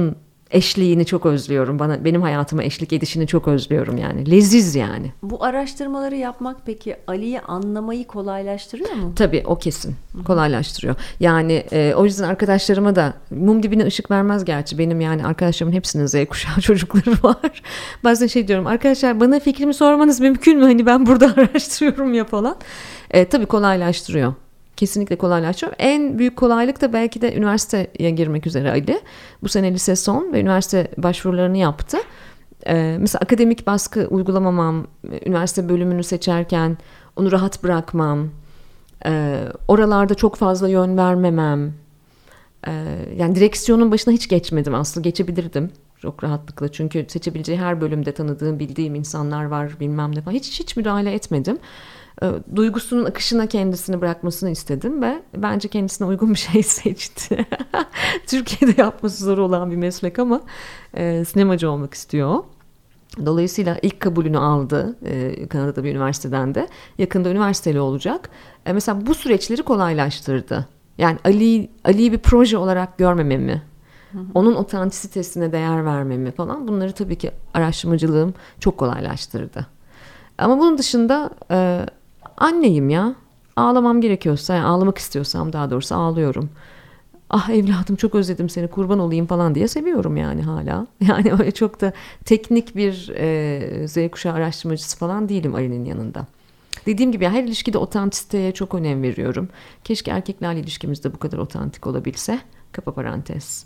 eşliğini çok özlüyorum. Benim hayatıma eşlik edişini çok özlüyorum yani. Leziz yani. Bu araştırmaları yapmak peki Ali'yi anlamayı kolaylaştırıyor mu? Tabii, o kesin. Kolaylaştırıyor. Yani o yüzden arkadaşlarıma da mum dibine ışık vermez gerçi. Benim yani arkadaşlarımın hepsinin Z kuşağı çocukları var. Bazen şey diyorum, arkadaşlar bana fikrimi sormanız mümkün mü? Hani ben burada araştırıyorum ya falan. Tabii kolaylaştırıyor. Kesinlikle kolaylaştırıyor. En büyük kolaylık da belki de üniversiteye girmek üzere Ali. Bu sene lise son ve üniversite başvurularını yaptı. Mesela akademik baskı uygulamamam, üniversite bölümünü seçerken onu rahat bırakmam, oralarda çok fazla yön vermemem. Yani direksiyonun başına hiç geçmedim aslında. Geçebilirdim çok rahatlıkla. Çünkü seçebileceği her bölümde tanıdığım, bildiğim insanlar var, bilmem ne falan. Hiç müdahale etmedim. Duygusunun akışına kendisini bırakmasını istedim ve bence kendisine uygun bir şey seçti. Türkiye'de yapması zor olan bir meslek ama sinemacı olmak istiyor. Dolayısıyla ilk kabulünü aldı Kanada'da bir üniversiteden de. Yakında üniversiteli olacak. Mesela bu süreçleri kolaylaştırdı. Yani Ali'yi bir proje olarak görmememi, onun otantisitesine değer vermemi falan, bunları tabii ki araştırmacılığım çok kolaylaştırdı. Ama bunun dışında anneyim ya. Ağlamam gerekiyorsa, yani ağlamak istiyorsam daha doğrusu ağlıyorum. Ah evladım çok özledim seni, kurban olayım falan diye seviyorum yani hala. Yani öyle çok da teknik bir Z kuşağı araştırmacısı falan değilim Ali'nin yanında. Dediğim gibi her ilişkide otantisiteye çok önem veriyorum. Keşke erkeklerle ilişkimizde bu kadar otantik olabilse. Kapa parantez.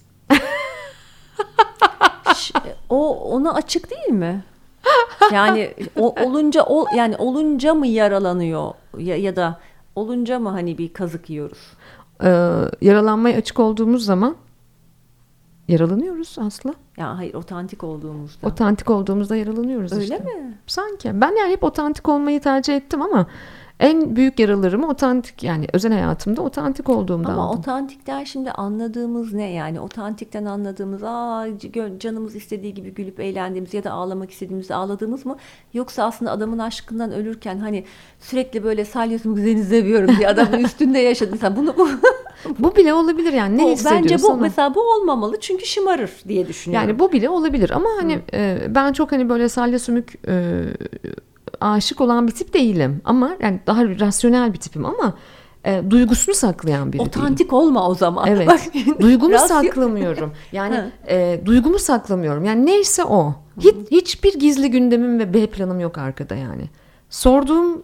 O ona açık değil mi? Yani olunca mı yaralanıyor ya da olunca mı hani bir kazık yiyoruz? Yaralanmaya açık olduğumuz zaman yaralanıyoruz Aslı. Ya hayır, otantik olduğumuzda. Otantik olduğumuzda yaralanıyoruz öyle işte. mi? Sanki. Ben yani hep otantik olmayı tercih ettim ama en büyük yaralarımı otantik, yani özel hayatımda otantik olduğumda ama aldım. otantikten şimdi anladığımız ne yani? Otantikten anladığımız canımız istediği gibi gülüp eğlendiğimiz ya da ağlamak istediğimizde ağladığımız mı? Yoksa aslında adamın aşkından ölürken hani sürekli böyle salyosum güzeni seviyorum diye adamın üstünde yaşadıysan Bu bile olabilir yani, ne hissediyorsan. Bence bu mesela bu olmamalı çünkü şımarır diye düşünüyorum. Yani bu bile olabilir ama hani ben çok hani böyle salya sümük aşık olan bir tip değilim ama yani daha rasyonel bir tipim ama duygusunu saklayan biri otantik değilim. olma o zaman. Evet. Bak, duygumu saklamıyorum. Yani duygumu saklamıyorum. Yani neyse o. Hiçbir gizli gündemim ve B planım yok arkada yani. Sorduğum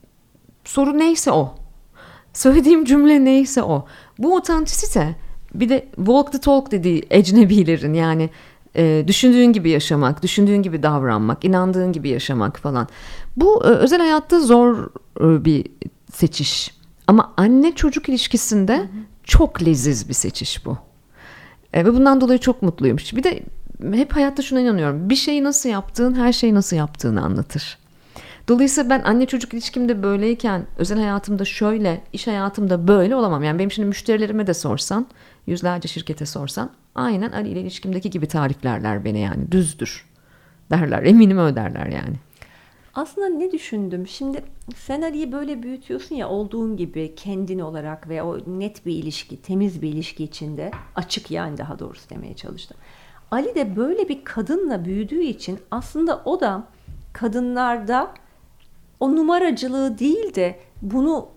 soru neyse o. Söylediğim cümle neyse o. Bu otantisite, bir de walk the talk dediği ecnebilerin, yani düşündüğün gibi yaşamak, düşündüğün gibi davranmak, inandığın gibi yaşamak falan. Bu özel hayatta zor bir seçiş. Ama anne çocuk ilişkisinde çok leziz bir seçiş bu. Ve bundan dolayı çok mutluyum. Bir de hep hayatta şuna inanıyorum. Bir şeyi nasıl yaptığın, her şeyi nasıl yaptığını anlatır. Dolayısıyla ben anne çocuk ilişkimde böyleyken özel hayatımda şöyle, iş hayatımda böyle olamam. Yani benim şimdi müşterilerime de sorsan, yüzlerce şirkete sorsan, aynen Ali ile ilişkimdeki gibi tariflerler beni, yani düzdür derler, eminim öderler yani. Aslında ne düşündüm? Şimdi sen Ali'yi böyle büyütüyorsun ya, olduğun gibi kendin olarak ve o net bir ilişki, temiz bir ilişki içinde, açık yani, daha doğrusu demeye çalıştım. Ali de böyle bir kadınla büyüdüğü için aslında o da kadınlarda o numaracılığı değil de bunu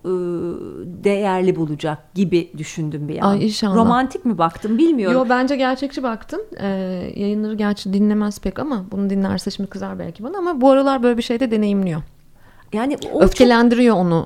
değerli bulacak gibi düşündüm bir an. Ay inşallah. Romantik mi baktım bilmiyorum. Yo, bence gerçekçi baktım. Yayınları gerçi dinlemez pek ama bunu dinlerse şimdi kızar belki bana, ama bu aralar böyle bir şey de deneyimliyor. Yani öfkelendiriyor onu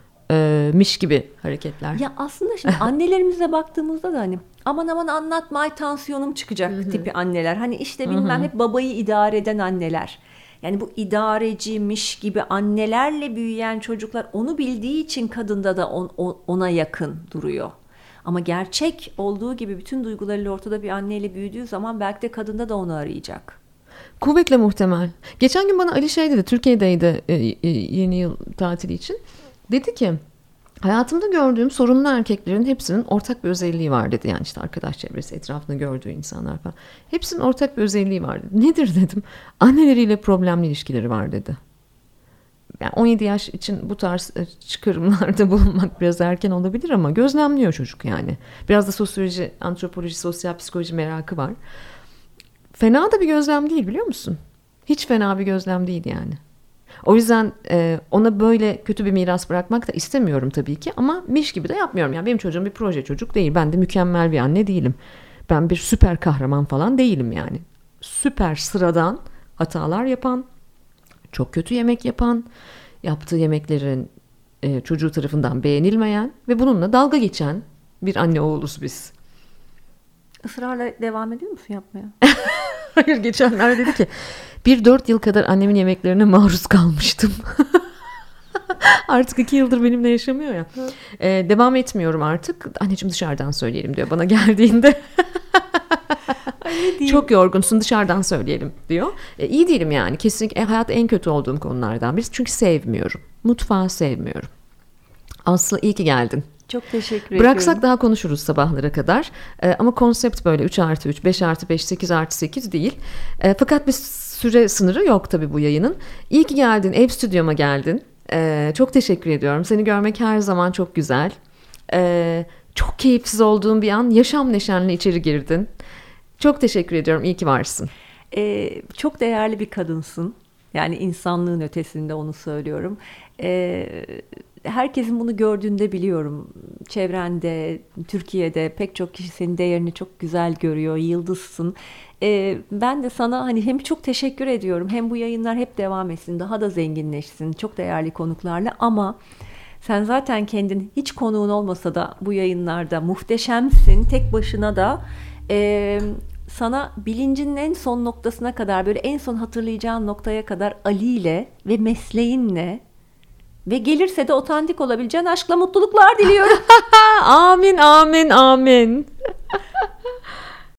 miş gibi hareketler. Ya aslında şimdi annelerimize baktığımızda da hani aman anlatma, ay tansiyonum çıkacak tipi anneler. Hani işte bilmem, hep babayı idare eden anneler. Yani bu idareciymiş gibi annelerle büyüyen çocuklar onu bildiği için kadında da ona yakın duruyor. Ama gerçek olduğu gibi bütün duygularıyla ortada bir anneyle büyüdüğü zaman belki de kadında da onu arayacak. Kuvvetle muhtemel. Geçen gün bana Ali şey dedi, Türkiye'deydi yeni yıl tatili için. Dedi ki hayatımda gördüğüm sorunlu erkeklerin hepsinin ortak bir özelliği var dedi. Yani işte arkadaş çevresi, etrafında gördüğü insanlar falan. Hepsinin ortak bir özelliği var dedi. Nedir dedim. Anneleriyle problemli ilişkileri var dedi. Yani 17 yaş için bu tarz çıkarımlarda bulunmak biraz erken olabilir ama gözlemliyor çocuk yani. Biraz da sosyoloji, antropoloji, sosyal psikoloji merakı var. Fena da bir gözlem değil, biliyor musun? Hiç fena bir gözlem değil yani. O yüzden ona böyle kötü bir miras bırakmak da istemiyorum tabii ki, ama miş gibi de yapmıyorum. Yani benim çocuğum bir proje çocuk değil. Ben de mükemmel bir anne değilim. Ben bir süper kahraman falan değilim yani. Süper sıradan hatalar yapan, çok kötü yemek yapan, yaptığı yemeklerin çocuğu tarafından beğenilmeyen ve bununla dalga geçen bir anne oğluz biz. Israrla devam ediyor musun yapmaya? Hayır, geçenler dedi ki 4 yıl kadar annemin yemeklerine maruz kalmıştım. Artık 2 yıldır benimle yaşamıyor ya. Devam etmiyorum artık. Anneciğim dışarıdan söyleyelim diyor bana geldiğinde. Çok yorgunsun, dışarıdan söyleyelim diyor. İyi değilim yani. Kesinlikle hayatta en kötü olduğum konulardan birisi. Çünkü sevmiyorum. Mutfağı sevmiyorum. Aslı, iyi ki geldin. Çok teşekkür ediyorum. Bıraksak daha konuşuruz sabahlara kadar. Ama konsept böyle 3+3, 5+5, 8+8 değil. Fakat bir süre sınırı yok tabii bu yayının. İyi ki geldin, ev stüdyoma geldin. Çok teşekkür ediyorum. Seni görmek her zaman çok güzel. Çok keyifsiz olduğum bir an yaşam neşenle içeri girdin. Çok teşekkür ediyorum. İyi ki varsın. Çok değerli bir kadınsın. Yani insanlığın ötesinde, onu söylüyorum. Herkesin bunu gördüğünde biliyorum. Çevrende, Türkiye'de pek çok kişi senin değerini çok güzel görüyor. Yıldızsın. Ben de sana hani hem çok teşekkür ediyorum, hem bu yayınlar hep devam etsin, daha da zenginleşsin, çok değerli konuklarla, ama sen zaten kendin hiç konuğun olmasa da bu yayınlarda muhteşemsin. Tek başına da sana bilincinin en son noktasına kadar, böyle en son hatırlayacağın noktaya kadar Ali ile ve mesleğinle ve gelirse de otantik olabileceğin aşkla mutluluklar diliyorum. Amin, amin, amin.